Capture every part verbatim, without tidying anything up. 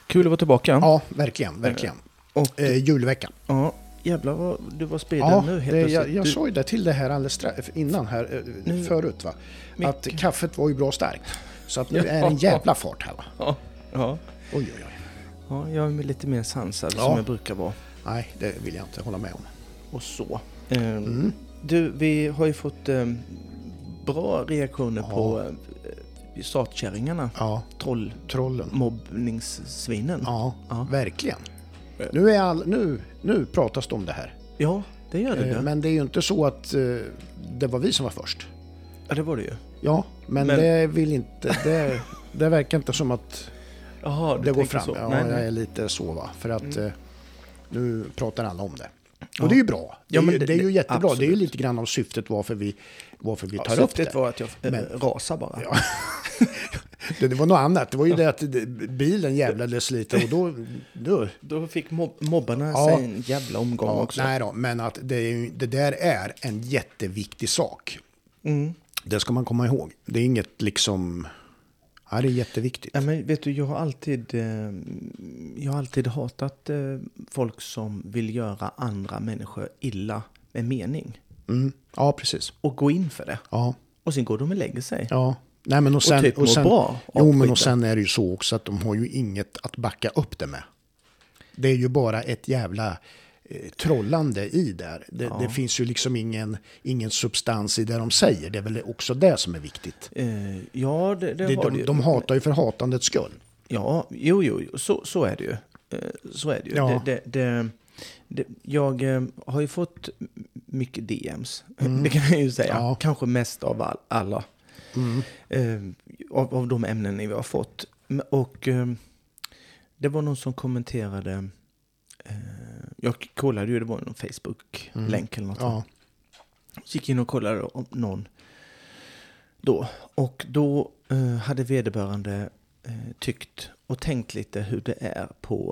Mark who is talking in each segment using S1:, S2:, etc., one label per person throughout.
S1: Kul att vara tillbaka.
S2: Ja, verkligen, verkligen.
S1: Och,
S2: eh, julveckan.
S1: Ja, jävlar vad du var speden
S2: ja,
S1: nu helt
S2: det,
S1: plötsligt.
S2: jag, jag
S1: du...
S2: sa ju det till det här alldeles stra- innan här,
S1: nu,
S2: förut va.
S1: mycket.
S2: Att kaffet var ju bra starkt. Så att nu
S1: ja,
S2: är det en jävla fart här va.
S1: Ja, ja.
S2: Oj, oj, oj.
S1: Ja, jag är lite mer sansad
S2: ja.
S1: som jag brukar vara.
S2: Nej, det vill jag inte hålla med om.
S1: Och så. Um,
S2: mm.
S1: Du, vi har ju fått um, bra reaktioner ja. på uh, startkärringarna.
S2: Ja.
S1: Troll,
S2: Trollen.
S1: Mobbningssvinen.
S2: Ja, ja, verkligen.
S1: Ja.
S2: Nu, är all, nu, nu pratas det om det här.
S1: Ja, det gör det.
S2: Eh, men det är ju inte så att eh, det var vi som var först.
S1: Ja, det var det ju.
S2: Ja, men, men... det vill inte... Det, det verkar inte som att
S1: Aha,
S2: det går fram.
S1: Så.
S2: Ja,
S1: nej,
S2: jag
S1: nej.
S2: är lite så va. För att mm. eh, nu pratar alla om det.
S1: Ja.
S2: Och det är ju bra. Det, ja, är, ju,
S1: det,
S2: det är ju jättebra.
S1: absolut.
S2: Det är ju lite grann av syftet varför vi, varför vi tar
S1: ja,
S2: upp det.
S1: Syftet var att jag men, rasar bara.
S2: Ja. det, det var något annat. Det var ju det att bilen jävlades lite och då... Då,
S1: då fick mob- mobbarna
S2: ja.
S1: sig en jävla omgång
S2: ja,
S1: också.
S2: Nej då, men att det, är, det där är en jätteviktig sak.
S1: Mm.
S2: Det ska man komma ihåg. Det är inget liksom... Ja, det är jätteviktigt.
S1: Ja, men vet du, jag har alltid, eh, jag har alltid hatat eh, folk som vill göra andra människor illa med mening.
S2: Mm. Ja, precis.
S1: Och gå in för det.
S2: Ja.
S1: Och sen går de och lägger sig.
S2: Ja. Nej, men och sen,
S1: och typ
S2: och sen,
S1: bra.
S2: Jo, men och sen är det ju så också att de har ju inget att backa upp det med. Det är ju bara ett jävla eh, trollande i där. Det,
S1: ja.
S2: det finns ju liksom ingen, ingen substans i det de säger. Det är väl också det som är viktigt.
S1: Eh, ja, det, det,
S2: det
S1: har
S2: de,
S1: det ju.
S2: De hatar ju för hatandets skull.
S1: Ja, jo, jo, så, så är det ju. Eh, så är det ju.
S2: Ja.
S1: Det, det, det, det, jag eh, har ju fått mycket D M's.
S2: Mm.
S1: Det kan jag ju säga.
S2: Ja.
S1: Kanske mest av all, alla.
S2: Mm.
S1: Eh, av, av de ämnen vi har fått. Och eh, det var någon som kommenterade. Eh, jag kollade ju, det var någon Facebook-länk mm. eller något.
S2: Ja.
S1: Så gick in och kollade om någon då. Och då eh, hade vederbörande eh, tyckt och tänkt lite hur det är på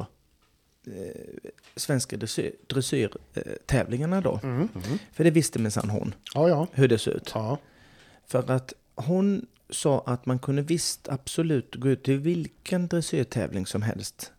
S1: eh, svenska dressyr, dressyrtävlingarna då.
S2: Mm. Mm.
S1: För det visste minsann hon.
S2: Ja, ja.
S1: Hur det ser ut.
S2: Ja.
S1: För att hon sa att man kunde visst absolut gå ut till vilken dressyrtävling som helst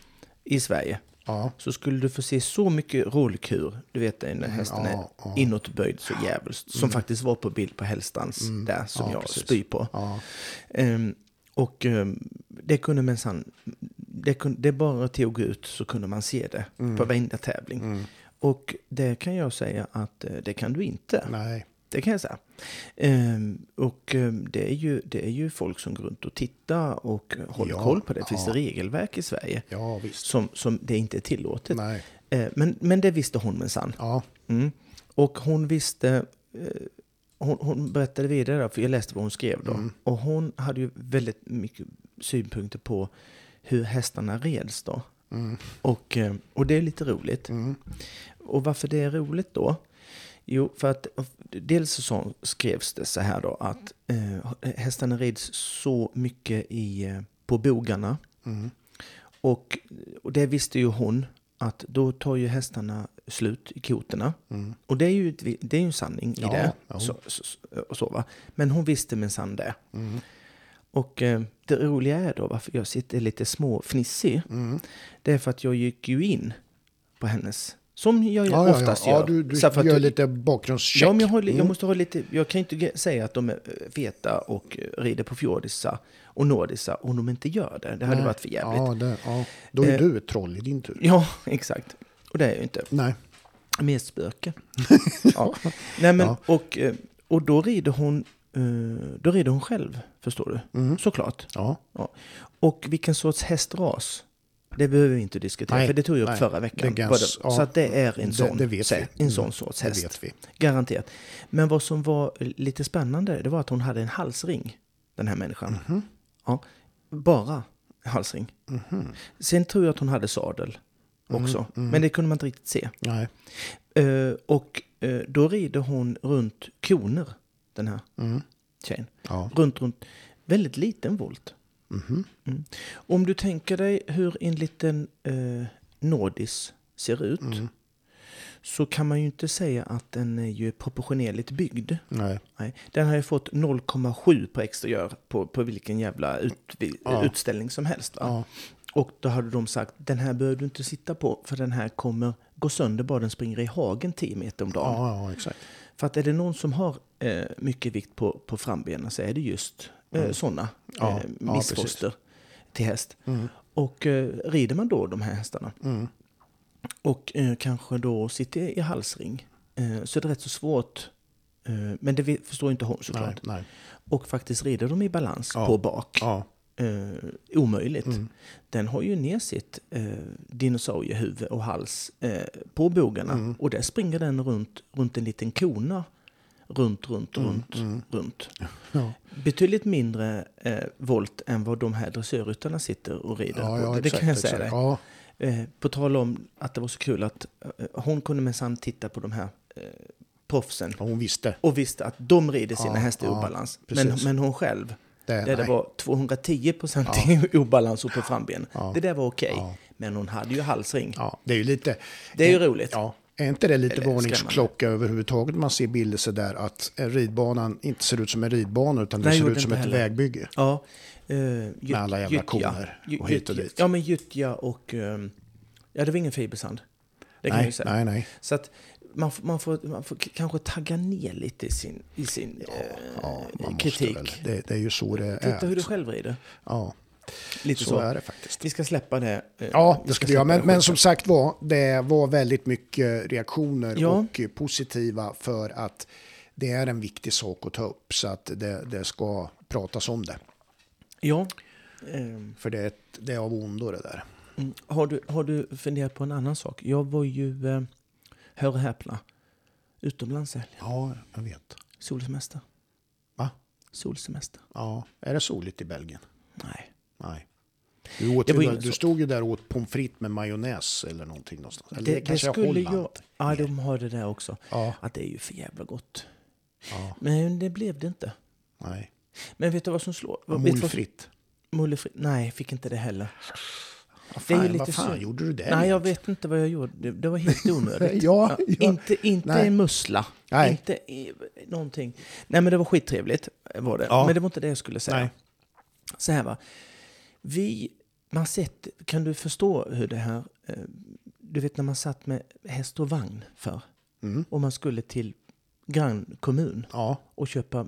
S1: i Sverige.
S2: Ja.
S1: Så skulle du få se så mycket rollkur. Du vet när
S2: mm,
S1: hästen
S2: ja,
S1: är
S2: ja.
S1: inåtböjd så jävligt. Som
S2: mm.
S1: faktiskt var på bild på hästans
S2: mm.
S1: där som
S2: ja,
S1: jag
S2: precis.
S1: spyr på.
S2: Ja.
S1: Um, och um, det kunde minsann, det, kunde, det bara till att gå ut så kunde man se det
S2: mm.
S1: på varenda tävling.
S2: Mm.
S1: Och det kan jag säga att uh, det kan du inte.
S2: Nej.
S1: Det kan jag säga. Um, och um, det, är ju, det är ju folk som går runt och tittar och håller
S2: ja,
S1: koll på det. Det finns
S2: ja.
S1: regelverk i Sverige
S2: Ja, visst.
S1: som, som det inte är tillåtet.
S2: Nej.
S1: Uh, men, men det visste hon minsann.
S2: Ja.
S1: Mm. Och hon visste... Uh, hon, hon berättade vidare, då, för jag läste vad hon skrev då.
S2: Mm.
S1: Och hon hade ju väldigt mycket synpunkter på hur hästarna reds då.
S2: Mm.
S1: Och, uh, och det är lite roligt.
S2: Mm.
S1: Och varför det är roligt då? Jo, för att dels så skrevs det så här då att eh, hästarna rids så mycket i, eh, på bogarna. Mm. Och, och det visste ju hon att då tar ju hästarna slut i koterna. Mm. Och det är ju, det är ju en sanning i
S2: ja,
S1: det.
S2: Ja.
S1: Så, så, så, så, va? Men hon visste minsann det.
S2: Mm.
S1: Och eh, det roliga är då varför jag sitter lite små fnissig. Mm. Det är för att jag gick ju in på hennes... Som jag
S2: ja,
S1: oftast
S2: ja, ja.
S1: gör.
S2: Ja, du du
S1: så
S2: gör
S1: du,
S2: lite bakgrundscheck.
S1: Ja, men jag, har, jag
S2: mm.
S1: måste ha lite... Jag kan inte säga att de är feta och rider på fjordisar och nordisar om de inte gör det. Det hade
S2: Nej.
S1: varit för jävligt.
S2: Ja, det, ja. Då är eh, du ett troll i din tur.
S1: Ja, exakt. Och det är jag ju inte.
S2: Nej.
S1: Mer spöke. ja. Nej, men,
S2: ja.
S1: och, och då rider hon... Då rider hon själv, förstår du? Mm. Såklart.
S2: Ja.
S1: Ja. Och vilken sorts hästras... Det behöver vi inte diskutera,
S2: nej,
S1: för det tog jag upp
S2: nej,
S1: förra veckan.
S2: gans,
S1: ja, så att det är en sån,
S2: det, det vet vi.
S1: en sån sorts häst.
S2: Det vet vi.
S1: Garanterat. Men vad som var lite spännande, det var att hon hade en halsring, den här människan. Mm-hmm. Ja, bara halsring. Mm-hmm. Sen tror jag att hon hade sadel också, mm, mm. men det kunde man inte riktigt se.
S2: Nej.
S1: Uh, och uh, då rider hon runt koner, den här mm. tjejen. Ja. Runt, runt, väldigt liten volt. Mm-hmm. Mm. Om du tänker dig hur en liten eh, nordis ser ut mm. så kan man ju inte säga att den är ju proportionerligt byggd.
S2: Nej.
S1: Nej. Den har ju fått noll komma sju på exteriör på, på vilken jävla ut, ja. utställning som helst. Va? Ja. Och då hade de sagt, den här behöver du inte sitta på för den här kommer gå sönder bara den springer i hagen tio meter om dagen.
S2: Ja, ja, exakt.
S1: För att är det någon som har eh, mycket vikt på, på frambenen så är det just eh, mm. sådana
S2: ja,
S1: eh, missfoster
S2: ja,
S1: till häst.
S2: Mm.
S1: Och eh, rider man då de här hästarna
S2: mm.
S1: och eh, kanske då sitter i halsring eh, så är det rätt så svårt. Eh, men det förstår inte hon såklart.
S2: Nej, nej.
S1: Och faktiskt rider de i balans
S2: ja.
S1: på bak.
S2: Ja.
S1: Eh, omöjligt.
S2: Mm.
S1: Den har ju ner sitt eh, dinosauriehuvud och hals eh, på bogarna. Mm. Och där springer den runt, runt en liten kona. Runt, runt,
S2: mm.
S1: runt,
S2: mm.
S1: runt.
S2: Ja.
S1: Betydligt mindre eh, volt än vad de här dressörryttarna sitter och rider.
S2: Ja, ja,
S1: det
S2: exakt,
S1: kan jag säga
S2: exakt.
S1: dig.
S2: Ja.
S1: Eh, på tal om att det var så kul att eh, hon kunde minsann titta på de här eh, proffsen.
S2: Ja, hon visste.
S1: Och visste att de rider sina
S2: ja,
S1: hästar i
S2: ja,
S1: obalans. Men, men hon själv,
S2: det,
S1: där det var tvåhundratio procent
S2: ja.
S1: i obalans och på framben.
S2: Ja.
S1: Det där var okej.
S2: Ja.
S1: Men hon hade ju halsring.
S2: Ja, det är ju lite...
S1: Det är ju roligt.
S2: Ja. Är inte det lite
S1: Eller
S2: varningsklocka överhuvudtaget man ser bilder så där att ridbanan inte ser ut som en ridbana utan det
S1: Nej,
S2: ser ut som ett
S1: heller.
S2: vägbygge?
S1: Ja. Uh, gyt,
S2: med alla jävla koner och hit och dit.
S1: Ja, men gyttja och... Um, ja, det var ingen fibersand. Det kan
S2: nej,
S1: jag säga.
S2: nej, nej.
S1: Så att man, man, får, man får kanske tagga ner lite i sin, i sin
S2: ja,
S1: uh,
S2: ja, man
S1: kritik.
S2: Måste väl. Det, det är ju så det är.
S1: Titta hur du själv rider.
S2: Ja.
S1: Lite
S2: så,
S1: så
S2: är det faktiskt.
S1: Vi ska släppa det.
S2: Ja, det ska vi göra. Men, men som sagt var, det var väldigt mycket reaktioner
S1: ja.
S2: och positiva för att det är en viktig sak att ta upp så att det, det ska pratas om det.
S1: Ja.
S2: För det är, ett, det är av ondo det där.
S1: Mm. Har, du, har du funderat på en annan sak? Jag var ju, eh, hör och häpna, utomlands.
S2: Ja, jag vet.
S1: Solsemester.
S2: Va?
S1: Solsemester.
S2: Ja, är det soligt i Belgien?
S1: Nej.
S2: Nej. Du, åt ju, du stod ju där och åt pommes frites med majonnäs eller någonting någonstans. Eller
S1: det,
S2: det kanske
S1: det skulle
S2: Holland.
S1: jag... Ja, de har det där också.
S2: Ja.
S1: Att det är ju för jävla gott.
S2: Ja.
S1: Men det blev det inte.
S2: Nej.
S1: Men vet du vad som slår?
S2: Mullfritt.
S1: Mullfritt? Nej, fick inte det heller.
S2: Vad fan,
S1: det är ju lite
S2: vad fan
S1: så...
S2: gjorde du där?
S1: Nej, jag vet inte vad jag gjorde. Det, det var helt onödigt.
S2: ja, ja.
S1: Inte, inte en mussla.
S2: Nej.
S1: Inte i, någonting. Nej, men det var skittrevligt. Var det.
S2: Ja.
S1: Men det var inte det jag skulle säga.
S2: Nej.
S1: Så här va. Vi, man sett, kan du förstå hur det här... Du vet när man satt med häst och vagn för.
S2: Mm.
S1: Och man skulle till grannkommun.
S2: Ja.
S1: Och köpa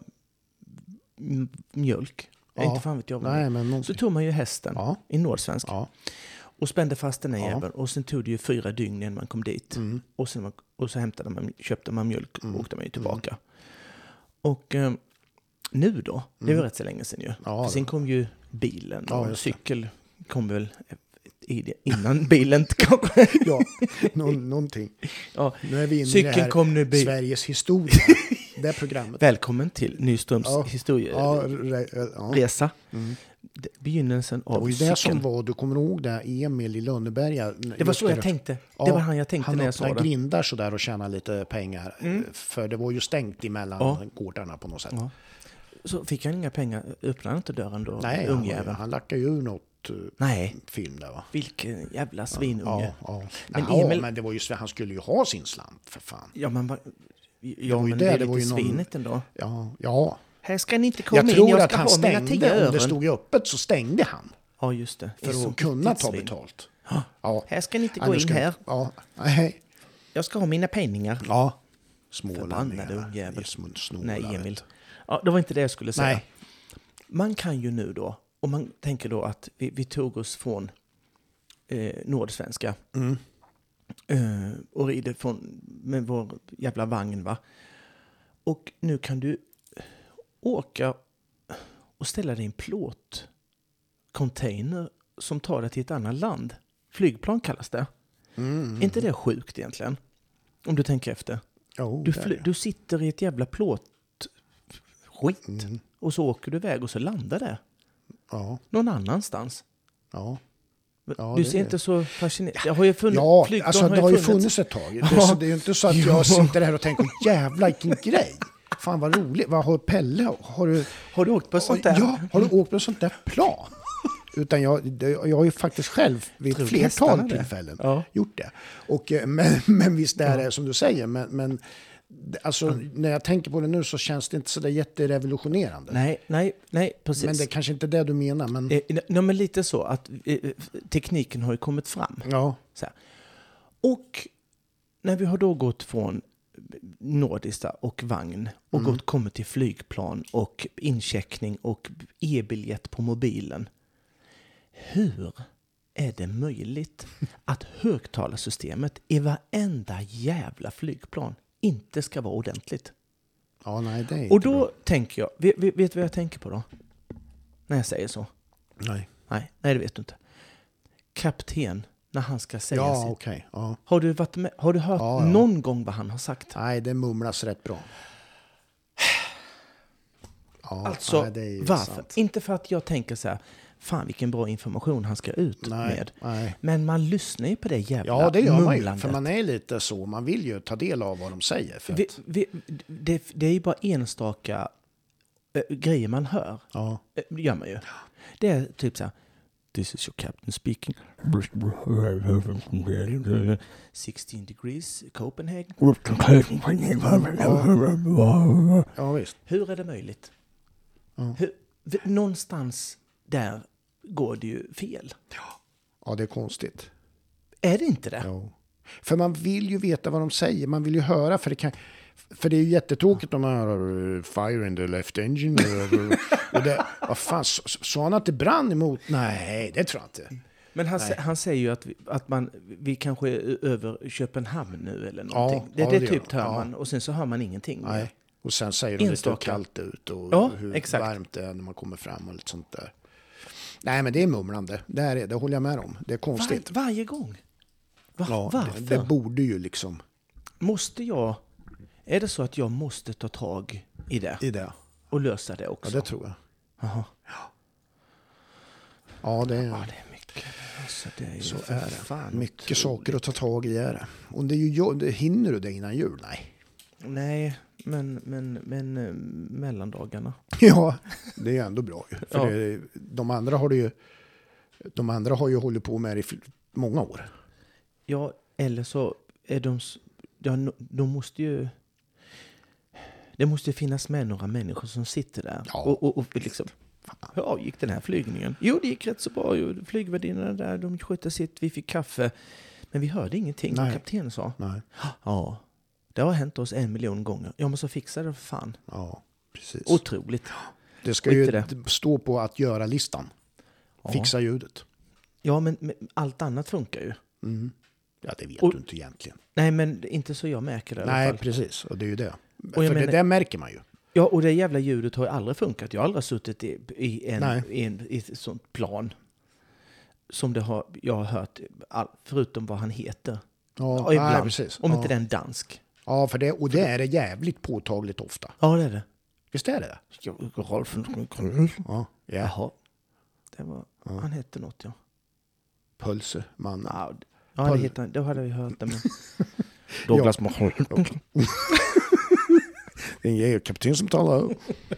S1: m- mjölk.
S2: Ja.
S1: Inte fan vet jag vad.
S2: Nej, men
S1: så tog man ju hästen
S2: ja.
S1: i Nordsvensk.
S2: Ja.
S1: Och spände fast den här
S2: ja.
S1: jäveln. Och sen tog det ju fyra dygn innan man kom dit.
S2: Mm.
S1: Och, sen, och så hämtade man, köpte man mjölk och
S2: mm.
S1: åkte man ju tillbaka. Mm. Och eh, nu då, det var
S2: mm.
S1: rätt så länge sedan ju.
S2: Ja,
S1: För sen kom ju bilen och
S2: ja,
S1: cykel kom väl i det, innan bilen kanske.
S2: ja, Nå- någonting.
S1: Ja.
S2: Nu är vi inne
S1: Cykeln
S2: i det här
S1: kom nu bil.
S2: Sveriges historia. Det programmet.
S1: Välkommen till Nyströms
S2: ja.
S1: historieresa.
S2: Ja, re, ja.
S1: Mm. Begynnelsen av
S2: cykeln. Det var ju
S1: cykeln.
S2: det som var, du kommer ihåg det, Emil i Lönneberga.
S1: Det var så jag tänkte. Ja, det var han jag tänkte
S2: han
S1: när jag sa det.
S2: Han öppnade grindar så där och tjänade lite pengar.
S1: Mm.
S2: För det var ju stängt emellan ja. gårdarna på något sätt. Ja.
S1: Så fick han inga pengar, öppnade inte dörren då?
S2: Nej, han, han lackade ju ur något
S1: Nej.
S2: film där va.
S1: Vilken jävla svinunge.
S2: Ja, ja.
S1: Men,
S2: ja,
S1: Emil...
S2: men det var ju, han skulle ju ha sin slant för fan.
S1: Ja, men, ja,
S2: det var
S1: men
S2: det,
S1: det är
S2: det var
S1: lite
S2: ju någon...
S1: svinigt ändå.
S2: Ja, ja.
S1: Här ska ni inte komma
S2: jag
S1: in,
S2: tror
S1: jag
S2: att
S1: ska
S2: han
S1: ha
S2: stängde,
S1: mina tio öron.
S2: om det stod öppet så stängde han.
S1: Ja, just det.
S2: För
S1: det
S2: att kunna ta
S1: svin.
S2: betalt.
S1: Ja.
S2: Ja.
S1: Här ska ni inte
S2: ja,
S1: gå in
S2: ska...
S1: här.
S2: Ja, nej.
S1: Jag ska ha mina penningar.
S2: Ja.
S1: Förbannade ungjävel. Nej, Emil. Ja, det var inte det jag skulle säga.
S2: Nej.
S1: Man kan ju nu då, och man tänker då att vi, vi tog oss från eh, nordsvenska
S2: mm.
S1: eh, och rider från, med vår jävla vagn va. Och nu kan du åka och ställa dig i en plåtcontainer som tar dig till ett annat land. Flygplan kallas det.
S2: Mm.
S1: Är inte det sjukt egentligen? Om du tänker efter.
S2: Jo,
S1: du, fly- du sitter i ett jävla plåtskit
S2: mm.
S1: och så åker du iväg och så landar det.
S2: Ja.
S1: Någon annanstans.
S2: Ja. Ja,
S1: du ser
S2: det.
S1: inte så fascinerad. Jag har ju funnits,
S2: ja,
S1: flygplan
S2: alltså,
S1: har
S2: det
S1: ju
S2: har ju
S1: funnits.
S2: funnits ett tag. Det, är, det är ju inte så att jag sitter här och tänker, jävla vilken grej. Fan vad roligt. Vad har Pelle? Har du,
S1: har du åkt på sånt där?
S2: Ja, har du åkt på sånt där plan? Utan jag, jag har ju faktiskt själv vid ett flertal tillfällen
S1: ja.
S2: gjort det. Och, men, men visst det är det som du säger. Men, men alltså, mm. när jag tänker på det nu så känns det inte så där jätterevolutionerande.
S1: Nej, nej, nej, precis.
S2: Men det är kanske inte det du menar. Men...
S1: Eh, no, men lite så att eh, tekniken har ju kommit fram.
S2: Ja.
S1: Så här. Och när vi har då gått från Nordista och vagn och
S2: mm.
S1: gått kommit till flygplan och incheckning och e-biljett på mobilen. Hur är det möjligt att högtalarsystemet i varenda jävla flygplan inte ska vara ordentligt?
S2: Ja, nej, det är
S1: och då
S2: bra.
S1: tänker jag, vet, vet du vad jag tänker på då? När jag säger så?
S2: Nej.
S1: Nej, nej det vet du inte. Kapten, när han ska säga
S2: ja,
S1: sitt.
S2: Okay. Ja,
S1: har du varit med, har du hört
S2: ja, ja.
S1: någon gång vad han har sagt?
S2: Nej, det mumlas rätt bra.
S1: Ja, alltså,
S2: nej, det är
S1: varför?
S2: Sant.
S1: Inte för att jag tänker så här, fan vilken bra information han ska ut
S2: nej,
S1: med.
S2: Nej.
S1: Men man lyssnar ju på det jävla
S2: Ja, det gör man ju.
S1: mumlandet.
S2: För man är lite så. Man vill ju ta del av vad de säger. För
S1: vi,
S2: att...
S1: vi, det, det är ju bara enstaka äh, grejer man hör.
S2: Ja.
S1: Äh, det gör man ju. Det är typ så här, this is your captain speaking. sixteen degrees Copenhagen.
S2: Ja, ja visst.
S1: Hur är det möjligt?
S2: Ja.
S1: Hur, någonstans där går det ju fel.
S2: Ja, ja det är konstigt.
S1: Är det inte det?
S2: Ja. För man vill ju veta vad de säger. Man vill ju höra. För det, kan, för det är ju jättetråkigt om man hör fire in the left engine. och det, vad fan, sa han att det brann emot? Nej, det tror jag inte.
S1: Men han, han säger ju att, vi, att man, vi kanske är över Köpenhamn nu eller någonting.
S2: Ja,
S1: det,
S2: ja,
S1: det
S2: det
S1: typ hör
S2: ja.
S1: man och sen så hör man ingenting.
S2: Nej. Mer. Och sen säger de lite hur kallt det ut och
S1: ja,
S2: hur
S1: exakt.
S2: varmt det är när man kommer fram och lite sånt där. Nej, men det är mumlande. Det, är, det håller jag med om. Det är konstigt.
S1: Var, varje gång? Va,
S2: ja,
S1: varför?
S2: Det, det borde ju liksom...
S1: Måste jag... Är det så att jag måste ta tag i det?
S2: I det.
S1: Och lösa det också?
S2: Ja, det tror jag.
S1: Aha.
S2: Ja. Ja, det är...
S1: Ja, det är mycket. Alltså, det är ju
S2: så är det.
S1: Fan
S2: mycket
S1: otroligt.
S2: saker att ta tag i är det. Och det är ju, det, hinner du det innan jul? Nej.
S1: Nej, men, men, men äh, mellandagarna.
S2: Ja, det är ändå bra ju. För
S1: ja.
S2: det, de andra har det ju... De andra har ju hållit på med det i många år.
S1: Ja, eller så är de... Ja, de måste ju... Det måste finnas med några människor som sitter där.
S2: Ja.
S1: Och, och, och liksom... Hur gick den här flygningen? Jo, det gick rätt så bra. Flygvärdinnorna där, de skötte sitt. Vi fick kaffe. Men vi hörde ingenting. Nej. Kapten sa.
S2: Nej.
S1: Ja, det har hänt oss en miljon gånger. Ja, men så fixar det för fan.
S2: Ja, precis.
S1: Otroligt.
S2: Det ska ju det. stå på att göra listan. Ja. Fixa ljudet.
S1: Ja, men, men allt annat funkar ju.
S2: Mm. Ja, det vet
S1: och,
S2: du inte egentligen.
S1: Nej, men inte så jag märker det.
S2: Nej,
S1: i alla fall.
S2: precis. Och det är ju det.
S1: Och
S2: för
S1: menar,
S2: det där märker man ju.
S1: Ja, och det jävla ljudet har ju aldrig funkat. Jag har aldrig suttit i, i, en, i, en, i ett sånt plan som det har, jag har hört, all, förutom vad han heter.
S2: Ja,
S1: och ibland,
S2: nej, precis.
S1: Om
S2: ja.
S1: inte den dansk.
S2: Ja, för det, och det är det jävligt påtagligt ofta.
S1: Ja, det är det.
S2: Visst är det det? Ja, ja.
S1: Jaha. Det var,
S2: ja.
S1: Han hette något, ja.
S2: Pölse, man.
S1: Ja, ja Pöl- det heter han. Då hade vi hört det. Men... Douglas ja.
S2: Det är en jägarkapten som talar.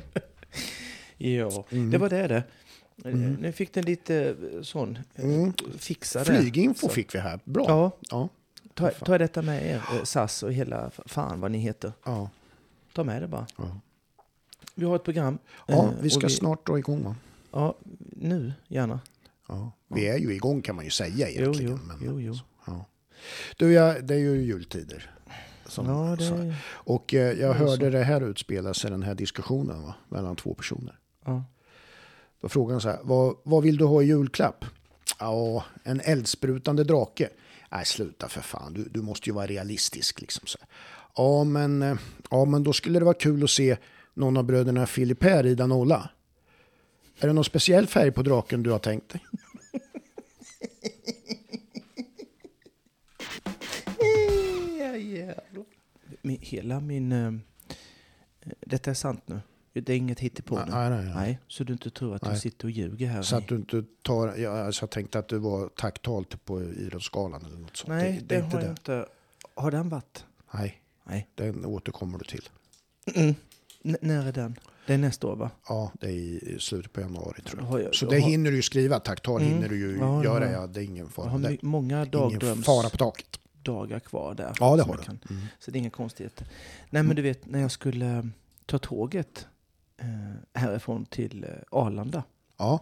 S1: Ja, mm. det var det det. Mm. Nu fick den lite sån mm. fixade.
S2: Flyginfo så. Fick vi här. Bra.
S1: Ja.
S2: ja.
S1: Ta, ta detta med er, S A S och hela fan vad ni heter.
S2: Ja.
S1: Ta med det bara.
S2: Ja.
S1: Vi har ett program.
S2: Ja, vi ska vi, snart dra igång va?
S1: Ja, nu gärna.
S2: Ja. Vi är ju igång kan man ju säga egentligen.
S1: Jo, jo,
S2: men,
S1: jo, jo.
S2: Ja. Du, jag, det är ju jultider. Som,
S1: ja, det...
S2: så. Och eh, jag hörde det här utspela sig, den här diskussionen va? Mellan två personer.
S1: Ja.
S2: Då frågade han så här, vad, vad vill du ha i julklapp? Ja, en eldsprutande drake. Nej, sluta för fan, du, du måste ju vara realistisk. Liksom så. Ja, men, ja, men då skulle det vara kul att se någon av bröderna Filipper rida nolla. Är det någon speciell färg på draken du har tänkt dig?
S1: Ja, jävlar. Min, hela min... Äh, detta är sant nu. Det är inget hittepå nu.
S2: Nej, nej, nej.
S1: nej, så du inte tror att nej. jag sitter och ljuger här.
S2: Så att du inte tar... Jag, alltså, jag tänkte att du var taktalt på Idrottsgalan eller något sånt.
S1: Nej, det,
S2: det, det är
S1: har
S2: inte
S1: jag
S2: det.
S1: inte. Har den varit?
S2: Nej.
S1: Nej.
S2: Den återkommer du till.
S1: Mm. N- när är den? Det är nästa år va?
S2: Ja, det är i slutet på januari tror jag.
S1: Har jag
S2: så
S1: jag
S2: det
S1: har...
S2: hinner du ju skriva. Taktal mm. hinner du ju
S1: ja,
S2: göra.
S1: ja.
S2: Ja, det är ingen fara.
S1: Jag har my- många dagdröms...
S2: Ingen fara på taket.
S1: dagar kvar där.
S2: Ja, det
S1: som
S2: har
S1: jag
S2: du.
S1: kan.
S2: Mm.
S1: Så det är inga konstigheter. Nej, men du vet, när jag skulle eh, ta tåget eh, härifrån till eh, Arlanda.
S2: Ja.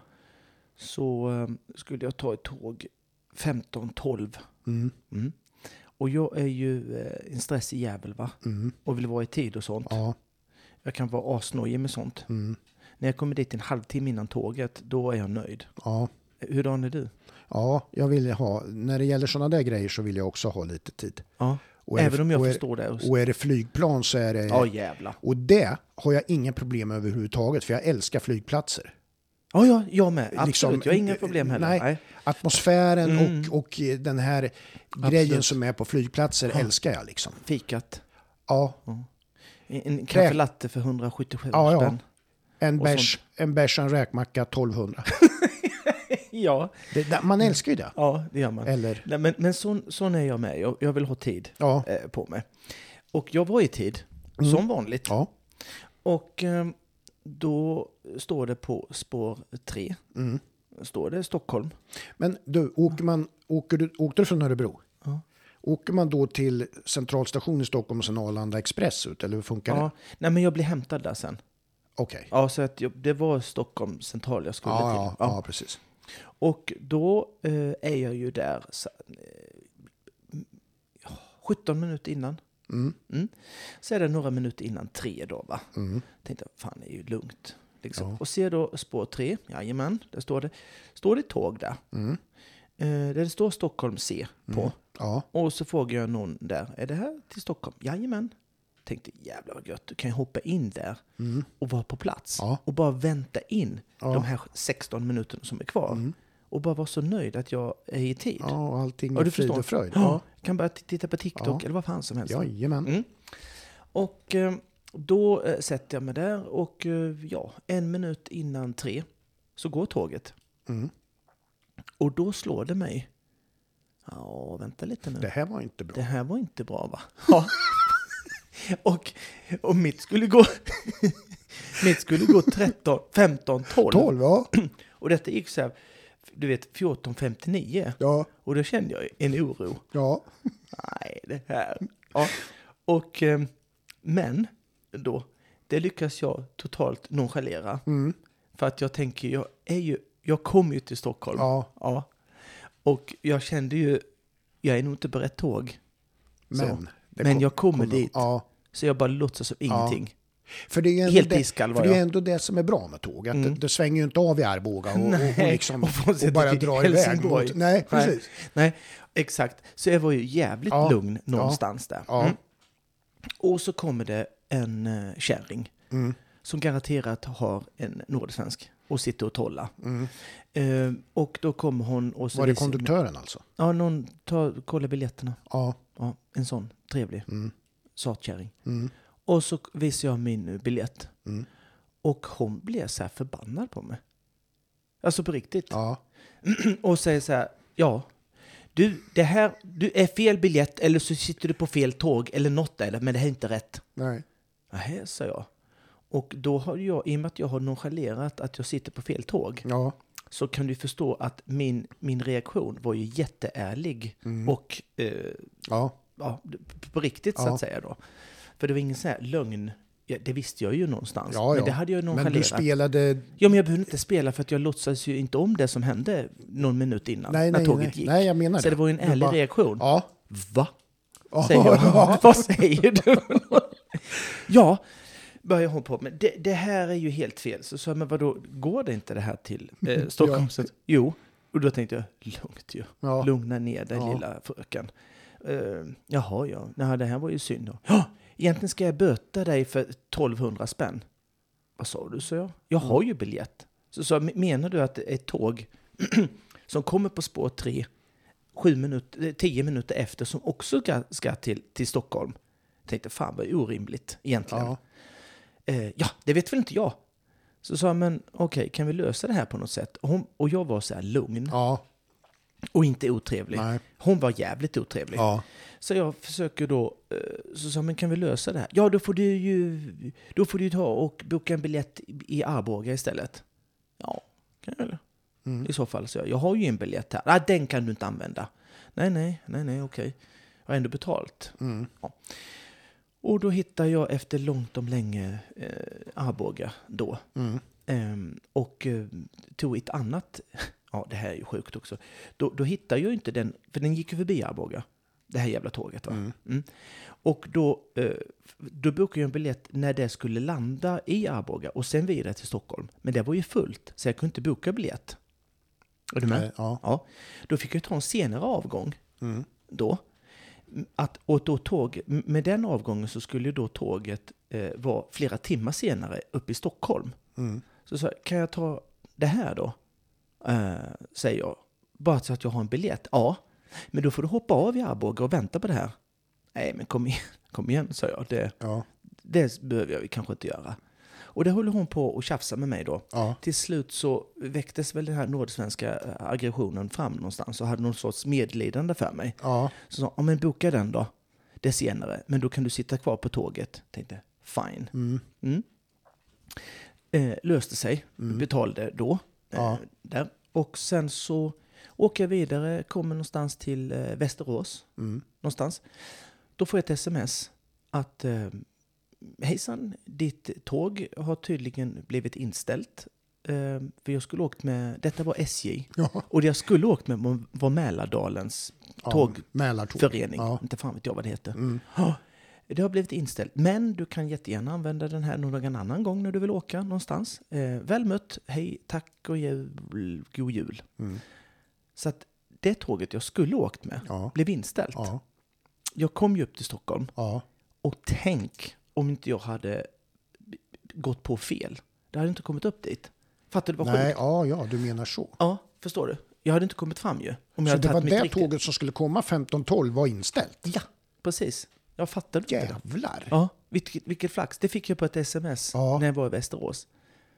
S1: Så eh, skulle jag ta ett tåg femton tolv.
S2: Mm.
S1: Mm. Och jag är ju eh, en stressig jävel, va?
S2: Mm.
S1: Och vill vara i tid och sånt.
S2: Ja.
S1: Jag kan vara asnojig med sånt.
S2: Mm.
S1: När jag kommer dit en halvtimme innan tåget, då är jag nöjd.
S2: Ja.
S1: Hurdan är du?
S2: Ja, jag vill ha, när det gäller sådana där grejer så vill jag också ha lite tid.
S1: Ja,
S2: Och är
S1: även
S2: det,
S1: om jag
S2: och är,
S1: förstår det.
S2: Och är det flygplan så är det...
S1: Ja, jävla.
S2: Och det har jag inga problem med överhuvudtaget, för jag älskar flygplatser.
S1: Ja, ja, jag med. Absolut,
S2: Liksom,
S1: jag har inga problem heller.
S2: Nej,
S1: Nej.
S2: atmosfären
S1: Mm.
S2: och, och den här
S1: Absolut.
S2: grejen som är på flygplatser
S1: Ja.
S2: älskar jag liksom.
S1: Fikat.
S2: Ja,
S1: En, en kaffe latte för hundrasjuttiosju
S2: Ja, ja.
S1: spänn.
S2: en
S1: Och
S2: bärs, en bärs, en räkmacka tolvhundra.
S1: Ja.
S2: Det, det, man älskar ju det.
S1: Ja, det gör man.
S2: Eller,
S1: Nej, men men sån, sån är jag med. Jag, jag vill ha tid
S2: ja,
S1: eh, på mig. Och jag var i tid,
S2: Mm.
S1: som vanligt.
S2: ja.
S1: Och eh, då står det på spår tre.
S2: Mm.
S1: Står det Stockholm.
S2: Men du, åker man, åker du, åkte du från Örebro?
S1: Ja.
S2: Åker man då till centralstationen i Stockholm och sen Arlanda Express ut, eller hur funkar
S1: Ja.
S2: det?
S1: Nej, men jag blev hämtad där sen.
S2: Okej.
S1: Ja, så att jag, det var Stockholm central jag skulle
S2: Ja,
S1: till.
S2: ja, ja, precis.
S1: Och då eh, är jag ju där så, eh, sjutton minuter innan.
S2: Mm.
S1: Mm. Så är det några minuter innan tre då, va?
S2: Mm.
S1: Tänkte, fan, det är ju lugnt. Liksom.
S2: Ja.
S1: Och ser då spår tre, jajamän, där står det, står det ett tåg där.
S2: Mm.
S1: Eh, där det står Stockholm C på.
S2: Mm. Ja.
S1: Och så frågar jag någon där, är det här till Stockholm? Jajamän. Tänkte, jävlar vad gött, du kan ju hoppa in där
S2: Mm.
S1: och vara på plats.
S2: Ja.
S1: Och bara vänta in
S2: Ja.
S1: de här sexton minuterna som är kvar.
S2: Mm.
S1: Och bara vara så nöjd att jag är i tid.
S2: Ja, och allting
S1: Ja,
S2: är
S1: du
S2: frid
S1: förstår.
S2: och fröjd.
S1: Ja.
S2: Ja.
S1: Kan bara t- titta på TikTok
S2: Ja.
S1: eller vad fan som helst.
S2: Jajamän.
S1: Mm. Och eh, då eh, sätter jag mig där och eh, ja, en minut innan tre så går tåget.
S2: Mm.
S1: Och då slår det mig. Ja, vänta lite nu.
S2: Det här var inte bra.
S1: Det här var inte bra, va? Ja. och, och mitt skulle gå mitt skulle gå tretton, femton, tolv.
S2: tolv, ja.
S1: Och detta gick så här, du vet, fjorton femtionio.
S2: Ja,
S1: Och då kände jag en oro.
S2: ja.
S1: Nej, det här. Ja. Och, eh, men då, det lyckas jag totalt nonchalera.
S2: Mm.
S1: För att jag tänker, jag är ju, jag kom ju till Stockholm.
S2: Ja,
S1: Ja. Och jag kände ju, jag är nog inte på rätt tåg.
S2: men... det
S1: Men
S2: kom-
S1: jag kommer
S2: kom-
S1: dit.
S2: Ja.
S1: Så jag bara låtsas som ingenting.
S2: För det är ju ändå
S1: Helt
S2: det,
S1: iskall var
S2: för det är
S1: jag.
S2: ändå det som är bra med tåg. Att
S1: Mm.
S2: det, det svänger ju inte av i Arboga och, och, och,
S1: Nej,
S2: liksom,
S1: och få
S2: och,
S1: sätta
S2: bara
S1: till
S2: drar iväg
S1: Helsingborg.
S2: mot... Nej, precis.
S1: Nej, exakt. Så jag var ju jävligt
S2: Ja.
S1: lugn någonstans där.
S2: Ja.
S1: Mm. Och så kommer det en uh, kärring
S2: Mm.
S1: som garanterat har en nordsvensk och sitter och tollar.
S2: Mm.
S1: Eh, och då kommer hon och så
S2: Var det
S1: visar-
S2: konduktören alltså?
S1: Ja, någon tar, kollar biljetterna.
S2: Ja.
S1: Ja, en sån trevlig
S2: Mm.
S1: satkärring.
S2: Mm.
S1: Och så visar jag min eh, biljett.
S2: Mm.
S1: Och hon blir så här förbannad på mig. Alltså på riktigt.
S2: Ja.
S1: Och säger så här, ja, du, det här, du är fel biljett eller så sitter du på fel tåg eller något där, men det här är inte rätt.
S2: Nej.
S1: Nähä, sa jag. Och då har jag, i och med att jag har nonchalerat att jag sitter på fel tåg,
S2: Ja.
S1: så kan du förstå att min, min reaktion var ju jätteärlig
S2: Mm.
S1: och eh,
S2: Ja.
S1: ja, på riktigt så
S2: Ja.
S1: att säga då. För det var ingen så här lögn. Ja, det visste jag ju någonstans.
S2: Ja, ja.
S1: Men det hade jag
S2: Men du
S1: nonchalerat.
S2: spelade...
S1: Ja, men jag behövde inte spela för att jag låtsades ju inte om det som hände någon minut innan.
S2: Nej,
S1: när
S2: nej,
S1: tåget
S2: nej.
S1: gick.
S2: Nej, jag menar
S1: så det var ju en
S2: Du
S1: ärlig
S2: bara-
S1: reaktion.
S2: Ja.
S1: Va?
S2: Ja.
S1: Säger jag. Vad säger du? Ja, börjar hon på. Men det, det här är ju helt fel. Så sa jag, men vadå, går det inte det här till eh, Stockholm?
S2: Ja.
S1: Jo, och då tänkte jag, lugnt ju.
S2: Ja.
S1: Lugna ner dig,
S2: Ja.
S1: lilla fröken. Uh, jaha, ja. Nej, det här var ju synd då. Ja, egentligen ska jag böta dig för tolvhundra spänn. Vad sa du, så jag? Jag har ju biljett. Så sa jag, menar du att ett tåg som kommer på spår tre, sju minuter, tio minuter efter, som också ska, ska till, till Stockholm? Jag tänkte, fan vad orimligt egentligen.
S2: Ja.
S1: Eh, ja, det vet väl inte jag. Så sa jag, men okej, okay, kan vi lösa det här på något sätt? Och, hon, och jag var så här lugn
S2: Ja.
S1: och inte otrevlig.
S2: Nej.
S1: Hon var jävligt otrevlig.
S2: Ja.
S1: Så jag försöker då, eh, så sa jag, men kan vi lösa det här? Ja, då får du ju, då får du ta och boka en biljett i Arboga istället. Ja, kan jag väl.
S2: Mm.
S1: I så fall så jag, jag har ju en biljett här. Nej, den kan du inte använda. Nej, nej, nej, nej, okej. Jag har ändå betalt.
S2: Mm.
S1: Ja. Och då hittade jag efter långt om länge eh, Arboga då.
S2: Mm.
S1: Eh, och eh, tog ett annat... Ja, det här är ju sjukt också. Då, då hittade jag inte den... För den gick ju förbi Arboga. Det här jävla tåget, va?
S2: Mm.
S1: Mm. Och då, eh, då bokade jag en biljett när det skulle landa i Arboga. Och sen vidare till Stockholm. Men det var ju fullt. Så jag kunde inte boka biljett. Är du med?
S2: Nej, ja.
S1: Ja. Då fick jag ta en senare avgång.
S2: Mm.
S1: Då. Att, och då tåg, med den avgången så skulle ju då tåget eh, vara flera timmar senare uppe i Stockholm.
S2: Mm.
S1: Så sa jag, kan jag ta det här då? Eh, säger jag. Bara så att jag har en biljett. Ja, men då får du hoppa av i Arboga och vänta på det här. Nej, men kom igen, kom igen, sa jag. Det,
S2: Ja.
S1: det behöver jag kanske inte göra. Och det håller hon på och tjafsa med mig då.
S2: Ja.
S1: Till slut så väcktes väl den här nordsvenska aggressionen fram någonstans och hade någon sorts medlidande för mig.
S2: Ja.
S1: Så sa, ja men boka den då. Det senare. Men då kan du sitta kvar på tåget. Tänkte, fine.
S2: Mm.
S1: Mm. Eh, löste sig.
S2: Mm.
S1: Betalade då. Eh,
S2: Ja.
S1: där. Och sen så åker jag vidare. Kommer någonstans till eh, Västerås.
S2: Mm.
S1: Någonstans. Då får jag ett sms. Att eh, hejsan, ditt tåg har tydligen blivit inställt. Eh, för jag skulle åkt med, detta var S J.
S2: Ja.
S1: Och det jag skulle åkt med var Mälardalens
S2: Ja.
S1: tåg.
S2: Mälartåg.
S1: Förening,
S2: Ja.
S1: inte fan vet jag vad det heter.
S2: Mm.
S1: Ja, det har blivit inställt. Men du kan jättegärna använda den här någon annan gång när du vill åka någonstans. Eh, väl mött, hej, tack och jul, god jul.
S2: Mm.
S1: Så att det tåget jag skulle åkt med
S2: Ja.
S1: blev inställt.
S2: Ja.
S1: Jag kom ju upp till Stockholm
S2: Ja.
S1: och tänk om inte jag hade gått på fel. Det hade inte kommit upp dit. Fattar du vad
S2: Nej,
S1: sjukt?
S2: ja, ja, du menar så.
S1: Ja, förstår du? Jag hade inte kommit fram ju. Om jag
S2: Så
S1: hade
S2: det var
S1: tagit mitt
S2: det
S1: riktiga-
S2: tåget som skulle komma femton tolv var inställt?
S1: Ja, precis. Jag fattade inte det.
S2: Jävlar.
S1: Ja, vilket, vilket flax. Det fick jag på ett sms
S2: Ja.
S1: när jag var i Västerås.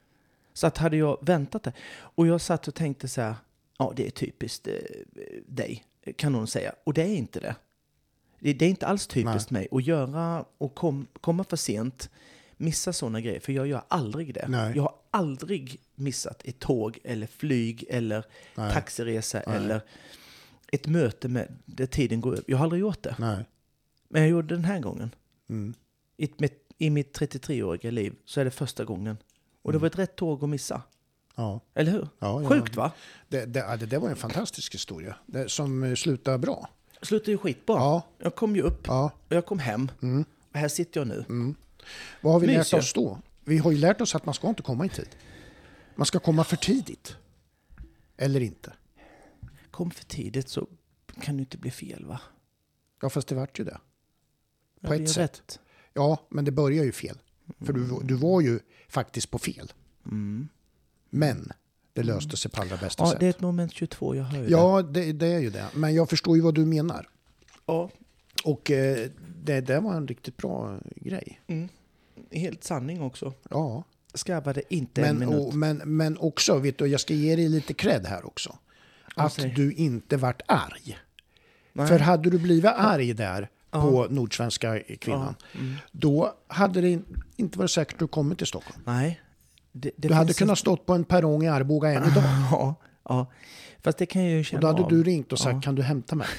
S1: Så att hade jag väntat det. Och jag satt och tänkte så här, ja det är typiskt eh, dig, kan någon säga. Och det är inte det. Det, det är inte alls typiskt mig att göra och kom, komma för sent, missa sådana grejer. För jag gör aldrig det.
S2: Nej.
S1: Jag har aldrig missat ett tåg eller flyg eller
S2: Nej.
S1: taxiresa
S2: Nej.
S1: eller ett möte med där tiden går över. Jag har aldrig gjort det.
S2: Nej.
S1: Men jag gjorde det den här gången.
S2: Mm.
S1: I, mitt, I mitt trettiotre-åriga liv så är det första gången. Och det var ett rätt tåg att missa.
S2: Ja.
S1: Eller hur?
S2: Ja, ja.
S1: Sjukt va?
S2: Det, det, ja, det, det var en fantastisk historia det, som eh, slutade bra.
S1: Slutade ju skitbra.
S2: Ja.
S1: Jag kom ju upp
S2: Ja.
S1: och jag kom hem.
S2: Mm.
S1: Och här sitter jag nu.
S2: Mm. Vad har vi lärt
S1: Mysiga.
S2: oss då? Vi har ju lärt oss att man ska inte komma i tid. Man ska komma för tidigt. Eller inte.
S1: Kom för tidigt så kan det inte bli fel va?
S2: Ja, fast det vart ju det.
S1: Ja,
S2: På
S1: det
S2: ett
S1: är
S2: sätt.
S1: rätt.
S2: Ja, men det börjar ju fel. För du, du var ju faktiskt på fel.
S1: Mm.
S2: Men det löste sig på allra bästa
S1: Ja,
S2: sätt.
S1: det är ett moment tjugotvå, jag hör ju
S2: Ja, det, det är ju det. Men jag förstår ju vad du menar.
S1: det. Ja.
S2: Och eh, det, det var en riktigt bra grej.
S1: Mm. Helt sanning också.
S2: Ja.
S1: Skabbade inte en
S2: Men,
S1: minut.
S2: och, men, men också, vet du, jag ska ge dig lite cred här också. Att
S1: säg.
S2: du inte vart arg.
S1: Nej.
S2: För hade du blivit arg där
S1: Ja.
S2: på Nordsvenska kvinnan,
S1: Ja. Mm.
S2: då hade det in, inte varit säkert att du kommit till Stockholm.
S1: Nej. Det, det
S2: Du hade
S1: finns
S2: kunnat stått på en perrong i Arboga än idag.
S1: Ja, ja. Fast det kan jag ju
S2: Och
S1: känna
S2: då hade
S1: av.
S2: du ringt och sagt,
S1: Ja.
S2: kan du hämta mig?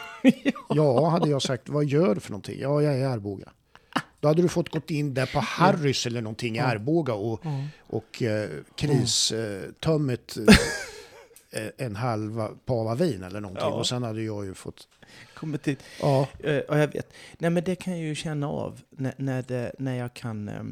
S2: Ja, hade jag sagt, vad gör du för någonting? Ja, jag är i Arboga. Då hade du fått gått in där på Harrys eller någonting i Arboga och,
S1: Ja.
S2: och eh, kristömmet eh, en halva pava vin eller någonting.
S1: Ja.
S2: Och sen hade jag ju fått...
S1: Kommer till...
S2: Ja,
S1: Eh, Ja, jag vet. Nej, men det kan jag ju känna av när, när, det, när, jag kan, eh,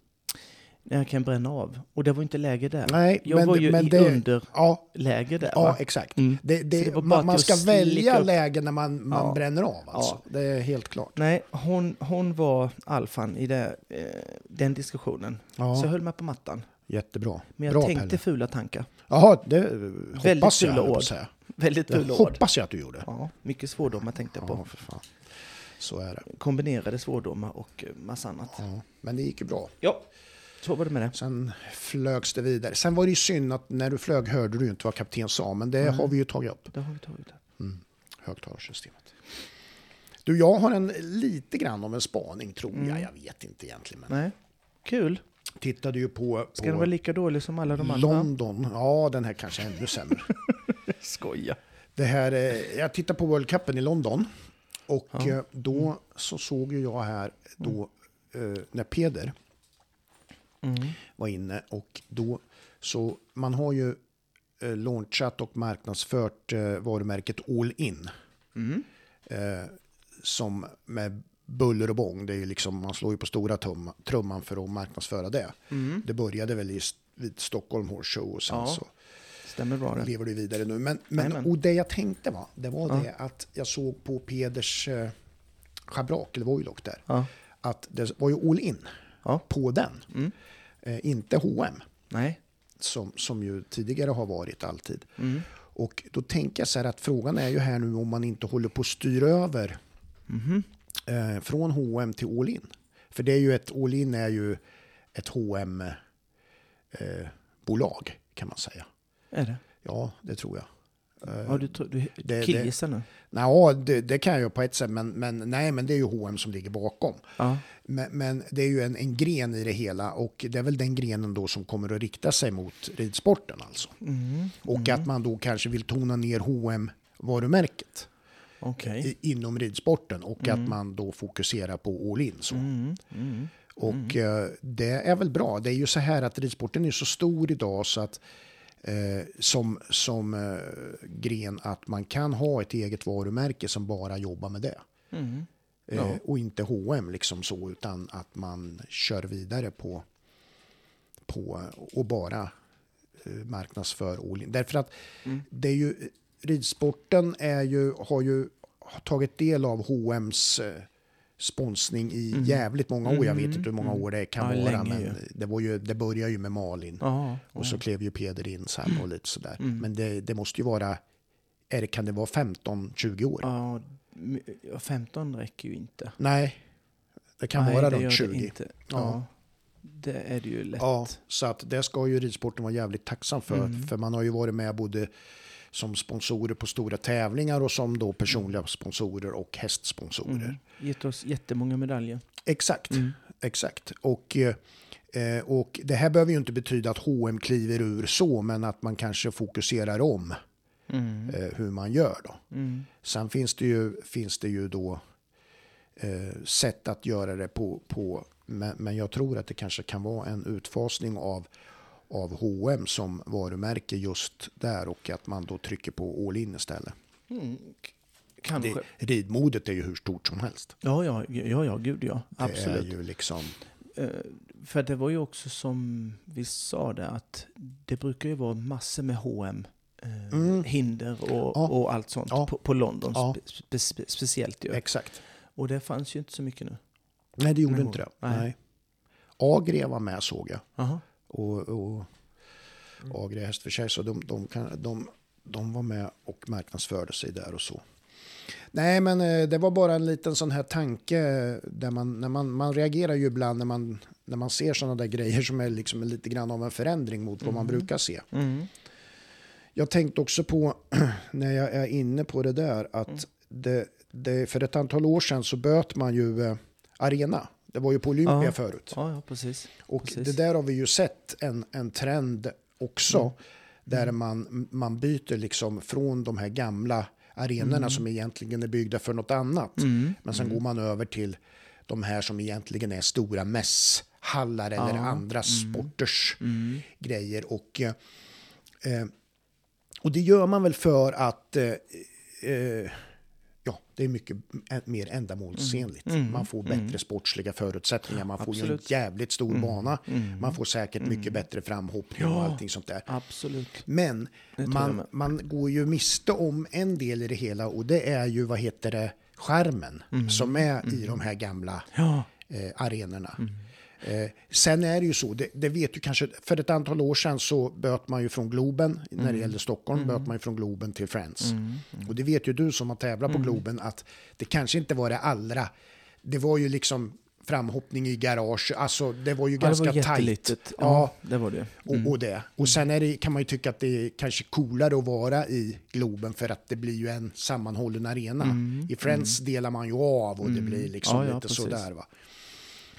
S1: när jag kan bränna av. Och det var inte läge där.
S2: nej,
S1: jag
S2: men,
S1: var ju
S2: men
S1: i
S2: det...
S1: underläge
S2: Ja,
S1: där.
S2: ja,
S1: va?
S2: exakt.
S1: Mm.
S2: Det,
S1: Så
S2: det,
S1: det var bara
S2: man,
S1: att
S2: man
S1: jag
S2: ska
S1: slicka
S2: välja
S1: upp.
S2: lägen när man, man
S1: Ja.
S2: bränner av. Alltså.
S1: Ja.
S2: Det är helt klart.
S1: Nej, hon, hon var alfan i det, eh, den diskussionen.
S2: Ja.
S1: Så jag höll mig på mattan.
S2: Jättebra.
S1: Men jag
S2: Bra,
S1: tänkte
S2: Pelle.
S1: fula tankar.
S2: Jaha, det
S1: Väldigt
S2: hoppas jag,
S1: fula
S2: höll jag på
S1: ord.
S2: att säga.
S1: Väldigt
S2: Det
S1: fula ord.
S2: hoppas jag att du gjorde.
S1: Ja, mycket svordomar tänkte jag
S2: Ja,
S1: på.
S2: för fan. Så är det.
S1: Kombinerade svordomar och eh, massa annat.
S2: Ja, men det gick ju bra.
S1: Ja, så var det med det.
S2: Sen flögs det vidare. Sen var det ju synd att när du flög hörde du inte vad kapten sa, men det
S1: Nej.
S2: har vi ju tagit upp.
S1: Det har vi tagit det.
S2: Mm. Högtalarsystemet. Du, jag har en lite grann om en spaning, tror jag.
S1: Mm.
S2: Jag vet inte egentligen, men
S1: Nej, kul.
S2: tittade ju på,
S1: Ska den
S2: på
S1: vara lika dålig som alla de andra?
S2: London. Ja, den här kanske är ännu sämre.
S1: Skoja.
S2: Det här, eh, jag tittar på World Cupen i London. Och
S1: Ja.
S2: eh, då så såg ju jag här då eh, när Peder
S1: Mm.
S2: var inne och då så man har ju eh, launchat och marknadsfört eh, varumärket All In.
S1: Mm.
S2: Eh, som med buller och bång, det är ju liksom, man slår ju på stora tum, trumman för att marknadsföra det.
S1: Mm.
S2: Det började väl i, vid Stockholm Horse Show och sen
S1: Ja,
S2: så
S1: stämmer bra det.
S2: lever det vidare nu. Men, men,
S1: Amen.
S2: och det jag tänkte var, det var
S1: Ja.
S2: det att jag såg på Peders eh, schabrak, eller Voilock där,
S1: Ja.
S2: att det var ju All In
S1: Ja.
S2: på den.
S1: Mm.
S2: Eh, inte H och M
S1: Nej.
S2: som, som ju tidigare har varit alltid.
S1: Mm.
S2: Och då tänker jag så här att frågan är ju här nu om man inte håller på att styra över
S1: Mhm.
S2: eh, från H och M till All In. För det är ju ett, All In är ju ett H och M eh, bolag kan man säga.
S1: Är det?
S2: Ja, det tror jag. Eh,
S1: Ja, du, tror- du
S2: det-
S1: killgissar nu?
S2: Ja, det, det kan jag ju på ett sätt, men, men nej, men det är ju H och M som ligger bakom.
S1: Ja.
S2: Men, men det är ju en, en gren i det hela och det är väl den grenen då som kommer att rikta sig mot ridsporten alltså.
S1: Mm.
S2: Och att man då kanske vill tona ner H och M-varumärket
S1: Okej.
S2: i, inom ridsporten och att man då fokuserar på All In. Så.
S1: Mm. Mm.
S2: Och eh, det är väl bra. Det är ju så här att ridsporten är så stor idag så att eh, som, som eh, gren att man kan ha ett eget varumärke som bara jobbar med det.
S1: Mm.
S2: Eh,
S1: Ja.
S2: och inte H och M liksom så, utan att man kör vidare på, på och bara eh, marknadsför All In. Därför att
S1: Mm.
S2: det är ju, ridsporten är ju, har ju tagit del av H och M:s eh, sponsring i
S1: Mm.
S2: jävligt många år. Jag vet
S1: Mm.
S2: inte hur många
S1: Mm.
S2: år det kan
S1: Ja,
S2: vara,
S1: länge
S2: men
S1: ju.
S2: det, var ju, det började ju med Malin.
S1: Ja.
S2: Och så klev ju Peder in sen och lite sådär.
S1: Mm.
S2: Men det, det måste ju vara, är det, kan det vara femton tjugo år?
S1: Ja, m- ja, femton räcker ju inte.
S2: Nej, det kan
S1: Nej,
S2: vara
S1: det
S2: runt
S1: gör det
S2: tjugo.
S1: inte.
S2: Ja.
S1: Ja. Det är det ju lätt.
S2: Ja, så att det ska ju ridsporten vara jävligt tacksam för.
S1: Mm.
S2: För man har ju varit med både som sponsorer på stora tävlingar och som då personliga sponsorer och hästsponsorer.
S1: Mm. Gett oss jättemånga medaljer.
S2: Exakt,
S1: Mm.
S2: exakt. Och, eh, och det här behöver ju inte betyda att H och M kliver ur så, men att man kanske fokuserar om
S1: Mm.
S2: eh, hur man gör då.
S1: Mm.
S2: Sen finns det ju, finns det ju då eh, sätt att göra det på, på men, men jag tror att det kanske kan vara en utfasning av, av H och M som varumärke just där och att man då trycker på All In istället.
S1: Mm. K- Kanske.
S2: Det, ridmodet är ju hur stort som helst.
S1: Ja, ja, ja, ja, gud ja.
S2: Det
S1: Absolut.
S2: är ju liksom,
S1: Eh, För det var ju också som vi sa det att det brukar ju vara massor med H och M eh,
S2: Mm.
S1: hinder och,
S2: Ja.
S1: och allt sånt
S2: Ja.
S1: på, på London
S2: Ja.
S1: spe, spe, speciellt ju.
S2: exakt.
S1: Och det fanns ju inte så mycket nu.
S2: Nej, det gjorde
S1: Men-
S2: inte det.
S1: nej.
S2: Nej. Agria var med såg jag.
S1: Aha.
S2: Och, och Agria hästförsäljare, så de, de, kan, de, de var med och marknadsförde sig där och så. Nej, men eh, det var bara en liten sån här tanke där man, när man, man reagerar ju ibland när man, när man ser sådana där grejer som är liksom lite grann av en förändring mot vad man brukar se.
S1: Mm.
S2: Jag tänkte också på, när jag är inne på det där, att
S1: Mm.
S2: det, det, för ett antal år sedan så böt man ju eh, arena. Det var ju på Olympia
S1: Ja.
S2: förut.
S1: Ja, ja, precis.
S2: Och
S1: Precis.
S2: det där har vi ju sett en, en trend också.
S1: Mm.
S2: Där man, man byter liksom från de här gamla arenorna
S1: Mm.
S2: som egentligen är byggda för något annat.
S1: Mm.
S2: Men sen går man över till de här som egentligen är stora mässhallar eller
S1: Ja.
S2: andra sporters
S1: Mm.
S2: grejer. Och, eh, och det gör man väl för att eh, eh, ja, det är mycket mer ändamålsenligt.
S1: Mm.
S2: Man får bättre
S1: Mm.
S2: sportsliga förutsättningar. Man får ju en
S1: Absolut.
S2: jävligt stor bana.
S1: Mm.
S2: Man får säkert mycket bättre framhoppning och
S1: Ja.
S2: allting sånt där.
S1: Absolut.
S2: Men
S1: Det tror jag
S2: man,
S1: med.
S2: man går ju miste om en del i det hela och det är ju, vad heter det, skärmen
S1: Mm.
S2: som är i de här gamla
S1: Ja.
S2: eh, arenorna.
S1: Mm.
S2: Eh, sen är det ju så, det, det vet du kanske, för ett antal år sedan så böt man ju från Globen, när det gällde Stockholm, böt man ju från Globen till Friends.
S1: Mm.
S2: Och det vet ju du som har tävlat på Globen att det kanske inte var det allra, det var ju liksom framhoppning i garage, alltså det var ju
S1: Ja, det
S2: ganska
S1: var
S2: tajt.
S1: jättelitet.
S2: Ja,
S1: Ja, det var det. Mm.
S2: och, och det. Och sen är det, kan man ju tycka att det är kanske coolare att vara i Globen för att det blir ju en sammanhållen arena.
S1: Mm.
S2: I Friends delar man ju av och det blir liksom
S1: Ja, ja,
S2: lite
S1: precis.
S2: sådär va.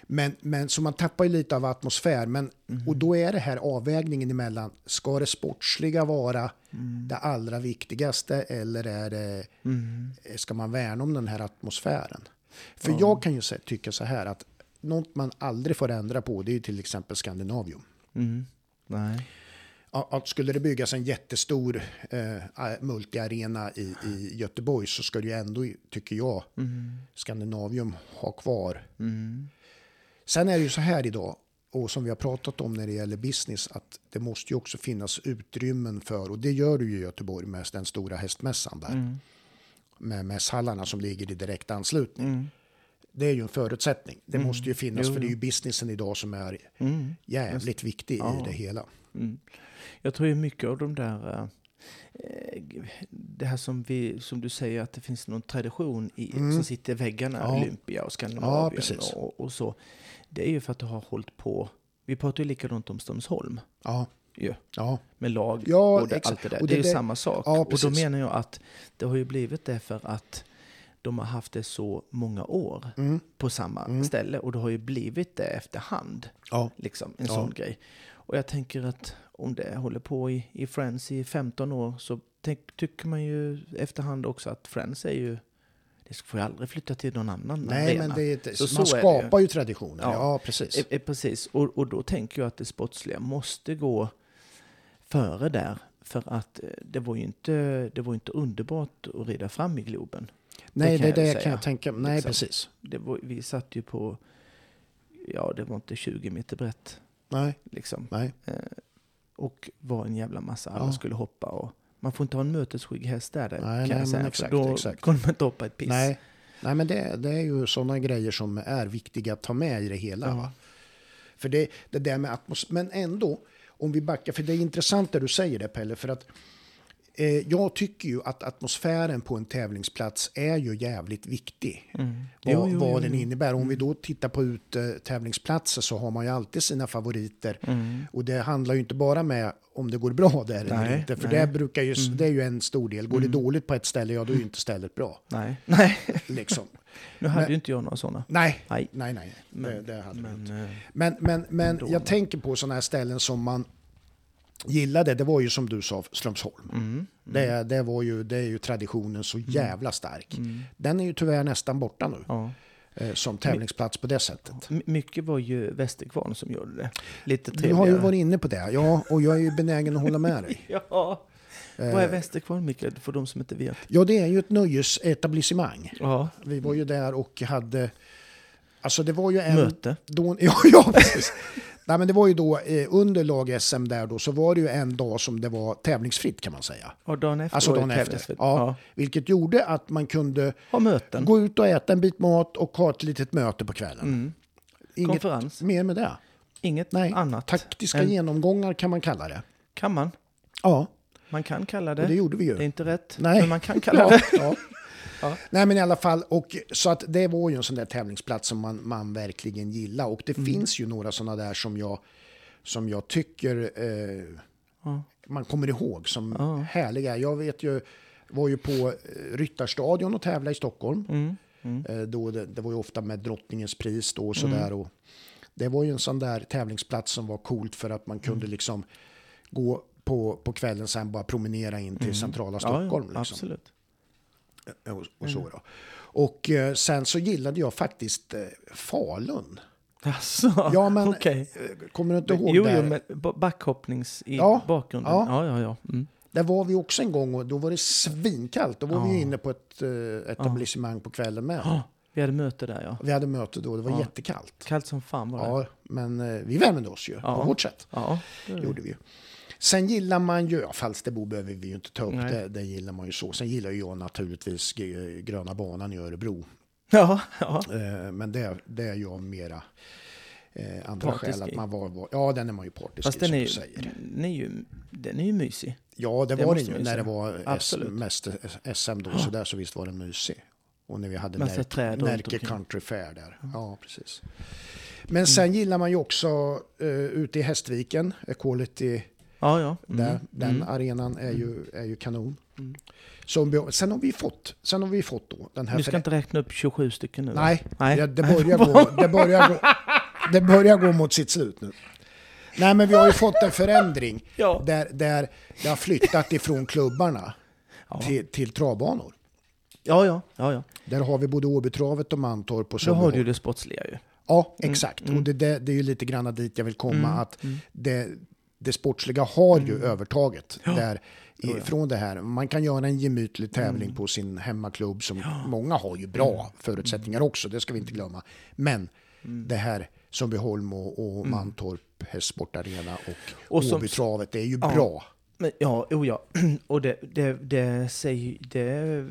S2: Men, men så man tappar ju lite av atmosfär. Men, mm. Och då är det här avvägningen emellan. Ska det sportsliga vara mm. det allra viktigaste eller är det, mm. ska man värna om den här atmosfären? För ja. jag kan ju tycka så här att något man aldrig får ändra på, det är ju till exempel Skandinavium.
S1: Mm. Nej.
S2: Att skulle det byggas en jättestor eh, multiarena i, i Göteborg så ska det ju ändå, tycker jag, mm. Skandinavium ha kvar. Mm. Sen är det ju så här idag, och som vi har pratat om när det gäller business, att det måste ju också finnas utrymmen för, och det gör du ju i Göteborg med den stora hästmässan där. Mm. Med mässhallarna som ligger i direkt anslutning. Mm. Det är ju en förutsättning. Det mm. måste ju finnas, jo, för det är ju businessen idag som är mm. jävligt viktig ja. i det hela.
S1: Mm. Jag tror ju mycket av de där, äh, det här som, vi, som du säger, att det finns någon tradition i, mm. som sitter i väggarna, ja. Olympia och Skandinavien ja, och, och så. Det är ju för att du har hållit på, vi pratar ju likadant om Strömsholm. Ja. Ja. ja. Med lag
S2: ja,
S1: och det, allt det där. Och det, det är ju det, samma sak. Ja, och då menar jag att det har ju blivit det för att de har haft det så många år mm. på samma mm. ställe. Och det har ju blivit det efterhand. Ja. Liksom, en ja. sån grej. Och jag tänker att om det håller på i, i Friends i femton år så tänk, tycker man ju efterhand också att Friends är ju, det får ju aldrig flytta till någon annan
S2: Nej, arena. Men det är inte, så, man
S1: så
S2: skapar ju. ju traditioner. Ja, ja precis.
S1: Är, är precis. Och, och då tänker jag att det sportsliga måste gå före där. För att det var ju inte, det var inte underbart att rida fram i Globen.
S2: Nej, det,
S1: det,
S2: det kan jag tänka. Nej, liksom. Precis.
S1: Det var, vi satt ju på, ja det var inte tjugo meter brett.
S2: Nej.
S1: Liksom.
S2: Nej.
S1: Eh, och var en jävla massa. Alla ja. skulle hoppa. Och man får inte ha en mötesskygg häst där. där
S2: nej,
S1: kan
S2: nej,
S1: jag säga,
S2: men exakt,
S1: då
S2: exakt.
S1: kunde man inte hoppa ett piss.
S2: Nej, nej men det, det är ju sådana grejer som är viktiga att ta med i det hela. Ja. Va? För det, det där med atmosfär. Men ändå, om vi backar. För det är intressant det du säger det, Pelle. För att eh, jag tycker ju att atmosfären på en tävlingsplats är ju jävligt viktig. Mm. Vad, jo, jo, vad jo, den innebär. Om vi då tittar på ut eh, tävlingsplatser så har man ju alltid sina favoriter. Mm. Och det handlar ju inte bara med om det går bra där nej, eller inte. För det, brukar ju, mm. det är ju en stor del. Går mm. det dåligt på ett ställe, ja då är ju inte stället bra.
S1: Nej. Nej.
S2: Liksom.
S1: Nu hade men, ju inte jag några sådana.
S2: Nej, nej, nej. nej. Men, det, det hade men, inte. men, men, men jag då. tänker på sådana här ställen som man gillade. Det var ju som du sa, Strömsholm. Mm. Mm. Det, det, var ju, det är ju traditionen så jävla stark. Mm. Den är ju tyvärr nästan borta nu. Ja. Som tävlingsplats på det sättet.
S1: Mycket var ju Västerkvarn som gjorde det. Lite trevligare.
S2: Du har ju varit inne på det. Ja, och jag är ju benägen att hålla med dig.
S1: Ja. Eh. Vad är Västerkvarn, Mikael, för de som inte vet?
S2: Ja, det är ju ett nöjesetablissemang. Ja. Vi var ju där och hade... Alltså det var ju en...
S1: Möte.
S2: Då, ja, ja, precis. Nej, men det var ju då eh, under lag-S M där då så var det ju en dag som det var tävlingsfritt kan man säga.
S1: Och dagen efter
S2: alltså dagen efter. Ja, ja. Vilket gjorde att man kunde
S1: ha möten.
S2: Gå ut och äta en bit mat och ha ett litet möte på kvällen.
S1: Mm.
S2: Inget
S1: konferens.
S2: Mer med det.
S1: Inget
S2: Nej,
S1: annat.
S2: Taktiska en... genomgångar kan man kalla det.
S1: Kan man?
S2: Ja.
S1: Man kan kalla det.
S2: Och det gjorde vi ju.
S1: Det är inte rätt.
S2: Nej.
S1: Men man kan kalla ja, det.
S2: Ja. Ja. Nej men i alla fall, och så att det var ju en sån där tävlingsplats som man, man verkligen gillar. Och det mm. finns ju några såna där som jag, som jag tycker eh, ja. man kommer ihåg som ja. härliga. Jag vet ju, var ju på Ryttarstadion och tävla i Stockholm. Mm. Mm. Eh, då det, det var ju ofta med drottningens pris då och sådär. Mm. Och det var ju en sån där tävlingsplats som var coolt för att man kunde mm. liksom gå på, på kvällen sen bara promenera in till mm. centrala Stockholm.
S1: Ja,
S2: liksom.
S1: Absolut.
S2: Och, och så då. Och eh, sen så gillade jag faktiskt eh, Falun.
S1: Alltså,
S2: ja, men
S1: okay.
S2: kommer du inte ihåg
S1: jo,
S2: där?
S1: Jo, med backhoppnings i
S2: ja,
S1: bakgrunden.
S2: Ja,
S1: ja, ja. ja. Mm.
S2: Där var vi också en gång och då var det svinkallt. Då var ja. vi inne på ett eh, etablissemang ja. på kvällen med.
S1: Ja, vi hade möte där, ja.
S2: Vi hade möte då, det var ja. jättekallt.
S1: Kallt som fan var det.
S2: Ja, men eh, vi värmde oss ju ja. på vårt sätt.
S1: Ja,
S2: det gjorde vi ju. Sen gillar man ju, ja, Falsterbo behöver vi ju inte ta upp, det, det gillar man ju så. Sen gillar ju jag naturligtvis Gröna banan i Örebro.
S1: Ja, ja.
S2: Eh, men det, det är ju av mera eh, andra skäl att man var, var, ja den är man ju partisk
S1: Fast
S2: i,
S1: den
S2: som
S1: är,
S2: du säger.
S1: Den är ju, den är ju mysig.
S2: Ja, det, det var den ju när det var S,
S1: Absolut.
S2: mest S M då, ja. så där så visst var den mysig. Och när vi hade
S1: Närke,
S2: Närke Country Fair där. Mm. Ja, precis. Men sen mm. gillar man ju också uh, ute i Hästviken, Equality.
S1: Ja, ja. Mm.
S2: Där, den
S1: mm.
S2: arenan är ju, är ju kanon. Mm. Som, sen har vi fått, sen har vi fått då den här...
S1: Du ska för... inte räkna upp tjugosju stycken nu?
S2: Nej, Nej. Ja, det, börjar gå, det, börjar gå, det börjar gå mot sitt slut nu. Nej, men vi har ju fått en förändring ja. där, där det har flyttat ifrån klubbarna ja. till, till travbanor.
S1: Ja, ja, ja, ja.
S2: Där har vi både Åbytravet och Mantorp och så.
S1: Då har du det sportsliga ju.
S2: Ja, exakt. Mm, mm. Och det, det, det är ju lite grann dit jag vill komma. Mm, att mm. Det, det sportsliga har ju mm. övertaget. Ja. Där i, ja, ja. Från det här. Man kan göra en gemytlig tävling mm. på sin hemmaklubb. Som ja. Många har ju bra mm. förutsättningar också. Det ska vi inte glömma. Men mm. det här Sundbyholm och, och mm. Mantorp, Hästsportarena och, och Åbytravet, det är ju ja. bra.
S1: Men, ja, oh ja, och det, det, det, säger, det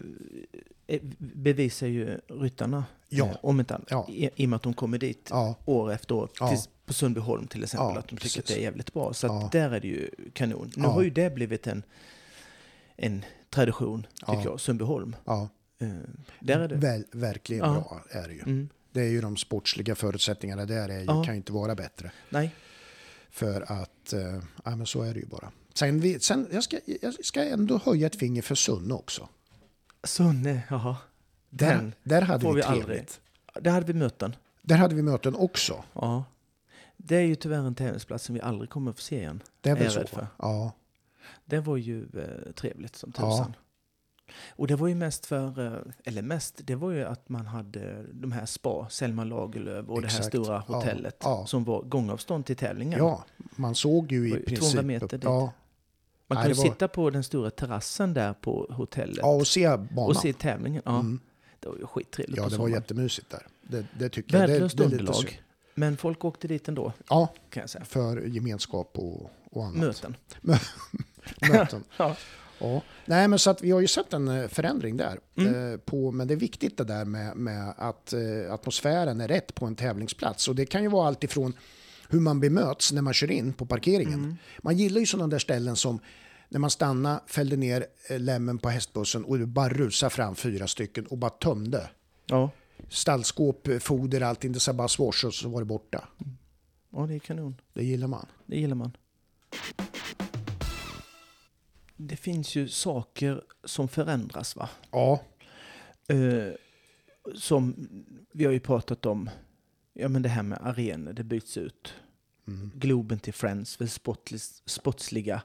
S1: bevisar ju ryttarna
S2: ja.
S1: eh, om inte annat, ja. i, i och med att de kommer dit
S2: ja.
S1: år efter år,
S2: ja.
S1: till, på Sundbyholm till exempel,
S2: ja,
S1: att de tycker
S2: precis.
S1: att det är jävligt bra. Så
S2: ja.
S1: att där är det ju kanon. Nu
S2: ja.
S1: har ju det blivit en, en tradition, tycker ja. jag, Sundbyholm.
S2: Ja.
S1: Eh, där är det.
S2: Väl, verkligen
S1: ja.
S2: bra är det ju.
S1: Mm.
S2: Det är ju de sportsliga förutsättningarna där är ju,
S1: ja.
S2: kan ju inte vara bättre.
S1: Nej.
S2: För att, eh, ja men så är det ju bara. Sen, vi, sen jag, ska, jag ska ändå höja ett finger för Sunne också.
S1: Sunne, jaha.
S2: Där, där hade vi,
S1: vi
S2: trevligt.
S1: Aldrig. Där hade vi möten.
S2: Där hade vi möten också.
S1: Ja. Det är ju tyvärr en tävlingsplats som vi aldrig kommer att få se igen.
S2: Det är väl
S1: är
S2: så.
S1: För.
S2: Ja.
S1: Det var ju eh, trevligt som tusan. Ja. Och det var ju mest för, eller mest, det var ju att man hade de här spa, Selma Lagerlöf och Exakt. Det här stora hotellet
S2: ja, ja.
S1: som var gångavstånd till tävlingen.
S2: Ja, man såg ju i princip.
S1: tvåhundra meter dit.
S2: Ja.
S1: Man kunde var... sitta på den stora terrassen där på hotellet.
S2: Ja, och se banan.
S1: Och se tävlingen. Ja.
S2: Mm.
S1: Det var ju skittrevligt.
S2: Ja, det
S1: sommaren.
S2: var jättemysigt där. Det, det tycker
S1: Värdelöst
S2: jag. Det, det
S1: underlag. Men folk åkte dit ändå.
S2: Ja,
S1: kan jag säga.
S2: För gemenskap och, och annat.
S1: Möten.
S2: Möten.
S1: ja.
S2: Ja. Nej, men så att vi har ju sett en förändring där.
S1: Mm.
S2: Eh, på, men det är viktigt det där med, med att eh, atmosfären är rätt på en tävlingsplats. Och det kan ju vara allt ifrån hur man bemöts när man kör in på parkeringen. Mm. Man gillar ju sådana där ställen som när man stannar, fällde ner lämmen på hästbussen och bara rusar fram fyra stycken och bara tömde.
S1: Ja.
S2: Stallskåp, foder, allting. Det sa bara svårs och så var det borta.
S1: Mm. Ja, det är kanon.
S2: Det gillar man.
S1: Det gillar man. Det finns ju saker som förändras, va?
S2: Ja.
S1: Uh, som vi har ju pratat om. Ja, men det här med arenor, det byts ut. Mm. Globen till Friends, för sportlis, sportsliga.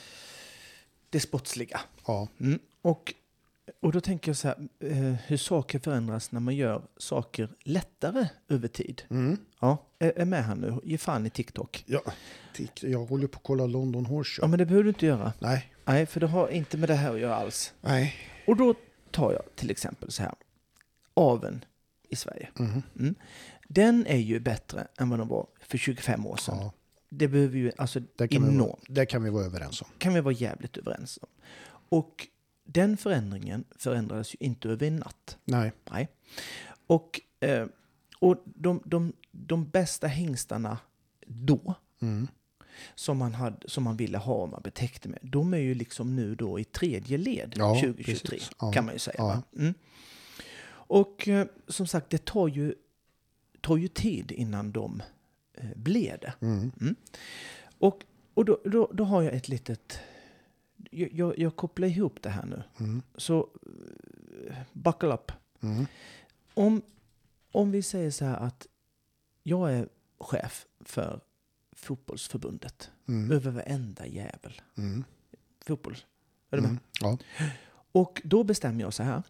S1: Det sportsliga.
S2: Ja.
S1: Mm. Och, och då tänker jag så här, uh, hur saker förändras när man gör saker lättare över tid.
S2: Mm.
S1: Ja, är, är med här nu. Ge fan i TikTok.
S2: Ja, jag håller på att kolla London Horse Show.
S1: Ja, men det behöver du inte göra.
S2: Nej.
S1: Nej, för det har inte med det här att göra alls.
S2: Nej.
S1: Och då tar jag till exempel så här. Aveln i Sverige.
S2: Mm.
S1: Mm. Den är ju bättre än vad den var för tjugofem år sedan. Ja. Det behöver ju, alltså
S2: det kan
S1: enormt.
S2: Vi, det kan vi vara överens om.
S1: Kan vi vara jävligt överens om. Och den förändringen förändrades ju inte över en natt.
S2: Nej.
S1: Nej. Och, eh, och de, de, de bästa hängstarna då,
S2: mm.
S1: som, man hade, som man ville ha om man betäckte med, de är ju liksom nu då i tredje led
S2: ja,
S1: tjugohetjugotre,
S2: ja,
S1: kan man ju säga.
S2: Ja.
S1: Va? Mm. Och eh, som sagt, det tar ju, tar ju tid innan de eh, blir det.
S2: Mm.
S1: Mm. Och, och då, då, då har jag ett litet... Jag, jag, jag kopplar ihop det här nu.
S2: Mm.
S1: Så buckle up.
S2: Mm.
S1: Om, om vi säger så här att jag är chef för fotbollsförbundet. Mm. Över varenda jävel.
S2: Mm.
S1: Fotboll. Är du med?
S2: Mm. Ja.
S1: Och då bestämmer jag så här.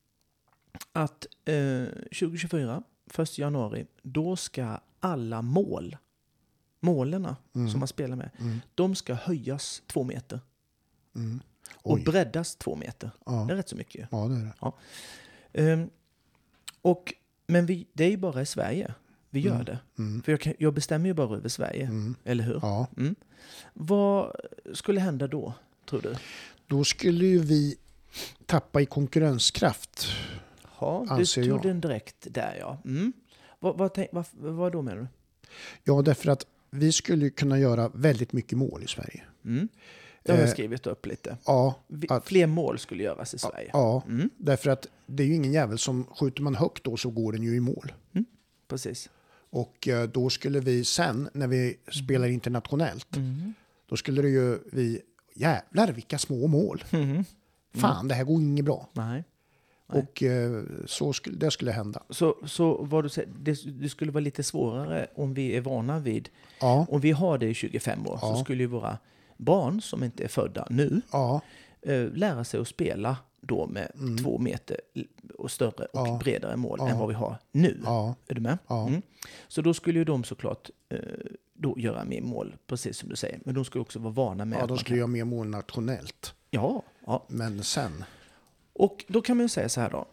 S1: Att eh, tjugohundratjugofyra, första januari, då ska alla mål, målerna mm. som man spelar med,
S2: mm.
S1: de ska höjas två meter.
S2: Mm.
S1: Och breddas två meter.
S2: Ja.
S1: Det är rätt så mycket.
S2: Ja, det är det.
S1: Ja. Um, och, men vi, det är ju bara i Sverige vi gör
S2: mm.
S1: det.
S2: Mm.
S1: För jag, kan, jag bestämmer ju bara över Sverige. Mm. Eller hur?
S2: Ja.
S1: Mm. Vad skulle hända då, tror du?
S2: Då skulle ju vi tappa i konkurrenskraft.
S1: Ja, du tog jag. den direkt där, ja. Mm. Vad, vad, tänk, vad, vad då menar du?
S2: Ja, därför att vi skulle kunna göra väldigt mycket mål i Sverige.
S1: Mm. Det har jag skrivit upp lite.
S2: Ja,
S1: att, Fler mål skulle göras i Sverige.
S2: Ja,
S1: mm.
S2: därför att det är ju ingen jävel som skjuter man högt då så går den ju i mål.
S1: Mm. Precis.
S2: Och då skulle vi sen, när vi spelar internationellt,
S1: mm.
S2: då skulle det ju vi, jävlar vilka små mål.
S1: Mm.
S2: Fan,
S1: Mm.
S2: det här går inget bra.
S1: Nej. Nej.
S2: Och eh, så skulle, det skulle hända.
S1: Så, så vad du säger, det, det skulle vara lite svårare om vi är vana vid,
S2: Ja,
S1: om vi har det i tjugofem år,
S2: Ja.
S1: så skulle ju våra barn som inte är födda nu
S2: ja,
S1: eh, lära sig att spela då med
S2: Mm.
S1: två meter och större och
S2: Ja.
S1: bredare mål
S2: Ja.
S1: än vad vi har nu.
S2: ja,
S1: Är du med?
S2: ja.
S1: Mm. Så då skulle ju de såklart eh, då göra mer mål, precis som du säger. Men de skulle också vara vana med
S2: Ja,
S1: att
S2: då
S1: man
S2: skulle
S1: kan...
S2: jag mer mål nationellt.
S1: Ja, ja.
S2: Men sen,
S1: Och då kan man ju säga så här då.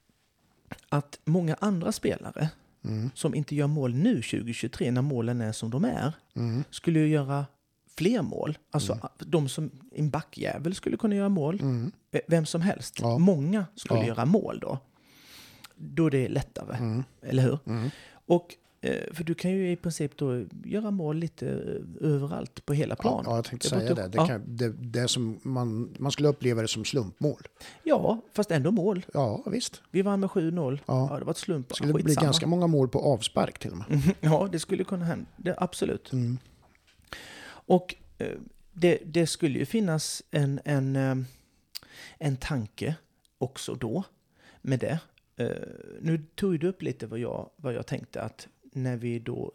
S1: Att många andra spelare
S2: mm,
S1: som inte gör mål nu tjugohundratjugotre när målen är som de är
S2: mm,
S1: skulle ju göra fler mål. Alltså de som en backjävel skulle kunna göra mål.
S2: mm,
S1: V- Vem som helst.
S2: Ja.
S1: Många skulle
S2: Ja.
S1: göra mål då. Då det är lättare.
S2: mm,
S1: Eller hur?
S2: mm.
S1: Och eh, för du kan ju i princip då göra mål lite eh, överallt på hela plan.
S2: Ja, jag tänkte
S1: Det är
S2: säga
S1: bara-
S2: det. Det,
S1: ja.
S2: kan, det, det är som man, man skulle uppleva det som slumpmål.
S1: Ja, fast ändå mål.
S2: Ja, visst.
S1: Vi vann med sju noll. Ja.
S2: Ja.
S1: det var ett slump.
S2: Det skulle bli
S1: Skitsamma.
S2: ganska många mål på avspark till och med.
S1: Ja, det skulle kunna hända. Det, absolut.
S2: Mm.
S1: Och eh, det, det skulle ju finnas en, en, eh, en tanke också då med det. Eh, nu tog du upp lite vad jag, vad jag tänkte att när vi då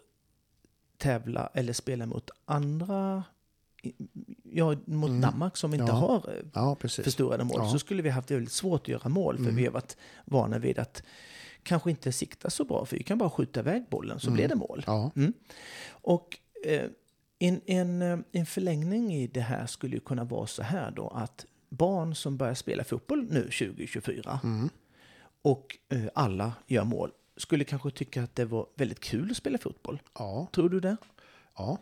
S1: tävlar eller spelar mot andra, i- ja, mot
S2: Mm.
S1: Danmark som inte
S2: Ja.
S1: har eh,
S2: Ja, precis.
S1: förstorade mål,
S2: Ja.
S1: så skulle vi haft väldigt svårt att göra mål, för
S2: Mm.
S1: vi har varit vana vid att kanske inte sikta så bra, för vi kan bara skjuta iväg bollen så
S2: Mm.
S1: blir det mål.
S2: Ja,
S1: Mm. Och eh, en, en, eh, en förlängning i det här skulle ju kunna vara så här då, att barn som börjar spela fotboll nu tjugo tjugofyra
S2: mm.
S1: och eh, alla gör mål skulle kanske tycka att det var väldigt kul att spela fotboll.
S2: ja,
S1: Tror du det?
S2: ja.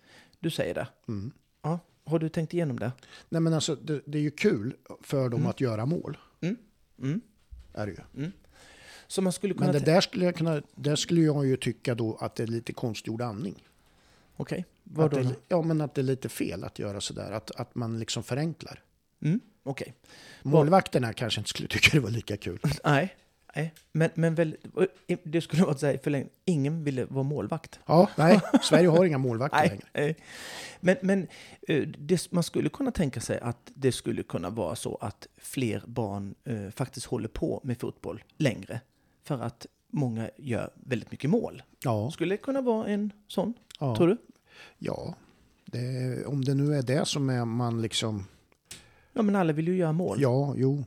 S1: Du säger det.
S2: Mm.
S1: Ja. Har du tänkt igenom det?
S2: Nej, men alltså, det, det är ju kul för dem att göra mål.
S1: Mm. Mm.
S2: Är det ju.
S1: Så man skulle kunna...
S2: Men det
S1: tän-
S2: där skulle, jag kunna, där skulle jag ju tycka då att det är lite konstgjord andning.
S1: Okej,
S2: Att
S1: vad
S2: det,
S1: då?
S2: är- ja, men att det är lite fel att göra sådär. Att, att man liksom förenklar.
S1: Mm. Okej.
S2: Målvakterna kanske inte skulle tycka det var lika kul.
S1: Nej, nej. Men, men väl, det skulle vara så här förlängd. Ingen ville vara målvakt.
S2: Ja, nej, Sverige har inga målvakter
S1: Nej,
S2: längre.
S1: nej. Men, men eh, det, man skulle kunna tänka sig att det skulle kunna vara så att fler barn eh, faktiskt håller på med fotboll längre. För att många gör väldigt mycket mål.
S2: Ja,
S1: Skulle det kunna vara en sån,
S2: ja,
S1: tror du?
S2: ja. Det, om det nu är det som är man liksom...
S1: Ja, men alla vill ju göra mål.
S2: Ja, jo,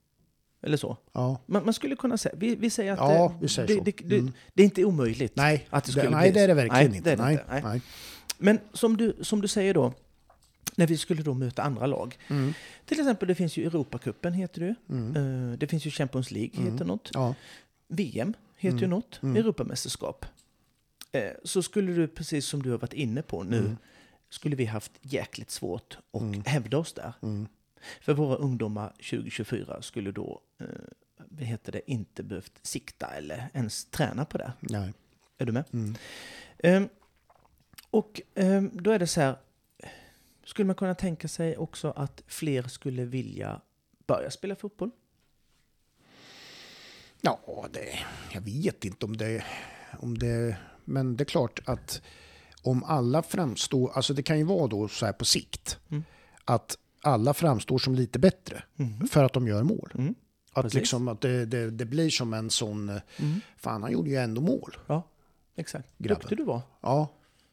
S1: Eller så.
S2: ja.
S1: Man, man skulle kunna säga, vi, vi säger att
S2: Ja,
S1: det,
S2: vi säger
S1: det,
S2: så.
S1: det, det,
S2: Mm.
S1: det är inte omöjligt.
S2: Nej,
S1: Att det
S2: det,
S1: skulle
S2: nej
S1: bli
S2: det är det
S1: så.
S2: verkligen
S1: Nej,
S2: inte.
S1: det är det
S2: nej,
S1: inte. Nej.
S2: nej.
S1: Men som du, som du säger då, när vi skulle då möta andra lag.
S2: Mm.
S1: Till exempel, det finns ju Europacupen heter det.
S2: Mm.
S1: Eh, Det finns ju Champions League heter något.
S2: Ja,
S1: V M heter ju
S2: Mm.
S1: något.
S2: Mm.
S1: Europamästerskap. Eh, Så skulle du, precis som du har varit inne på nu,
S2: Mm.
S1: skulle vi haft jäkligt svårt att
S2: Mm.
S1: hävda oss där.
S2: mm.
S1: För våra ungdomar tjugo tjugofyra skulle då, eh, vad heter det, inte behövt sikta eller ens träna på det.
S2: Nej.
S1: Är du med?
S2: Mm.
S1: Ehm, och ehm, då är det så här, skulle man kunna tänka sig också att fler skulle vilja börja spela fotboll?
S2: Ja, det, jag vet inte om det, om det... Men det är klart att om alla framstår... Alltså det kan ju vara då så här på sikt.
S1: Mm.
S2: Att alla framstår som lite bättre
S1: Mhm.
S2: för att de gör mål.
S1: Mm.
S2: Att,
S1: Precis.
S2: liksom, att det, det, det blir som en sån... eh,
S1: Mm.
S2: Fan, han gjorde ju ändå mål.
S1: Ja, exakt.
S2: Grabben.
S1: Duktig du var.
S2: Ja,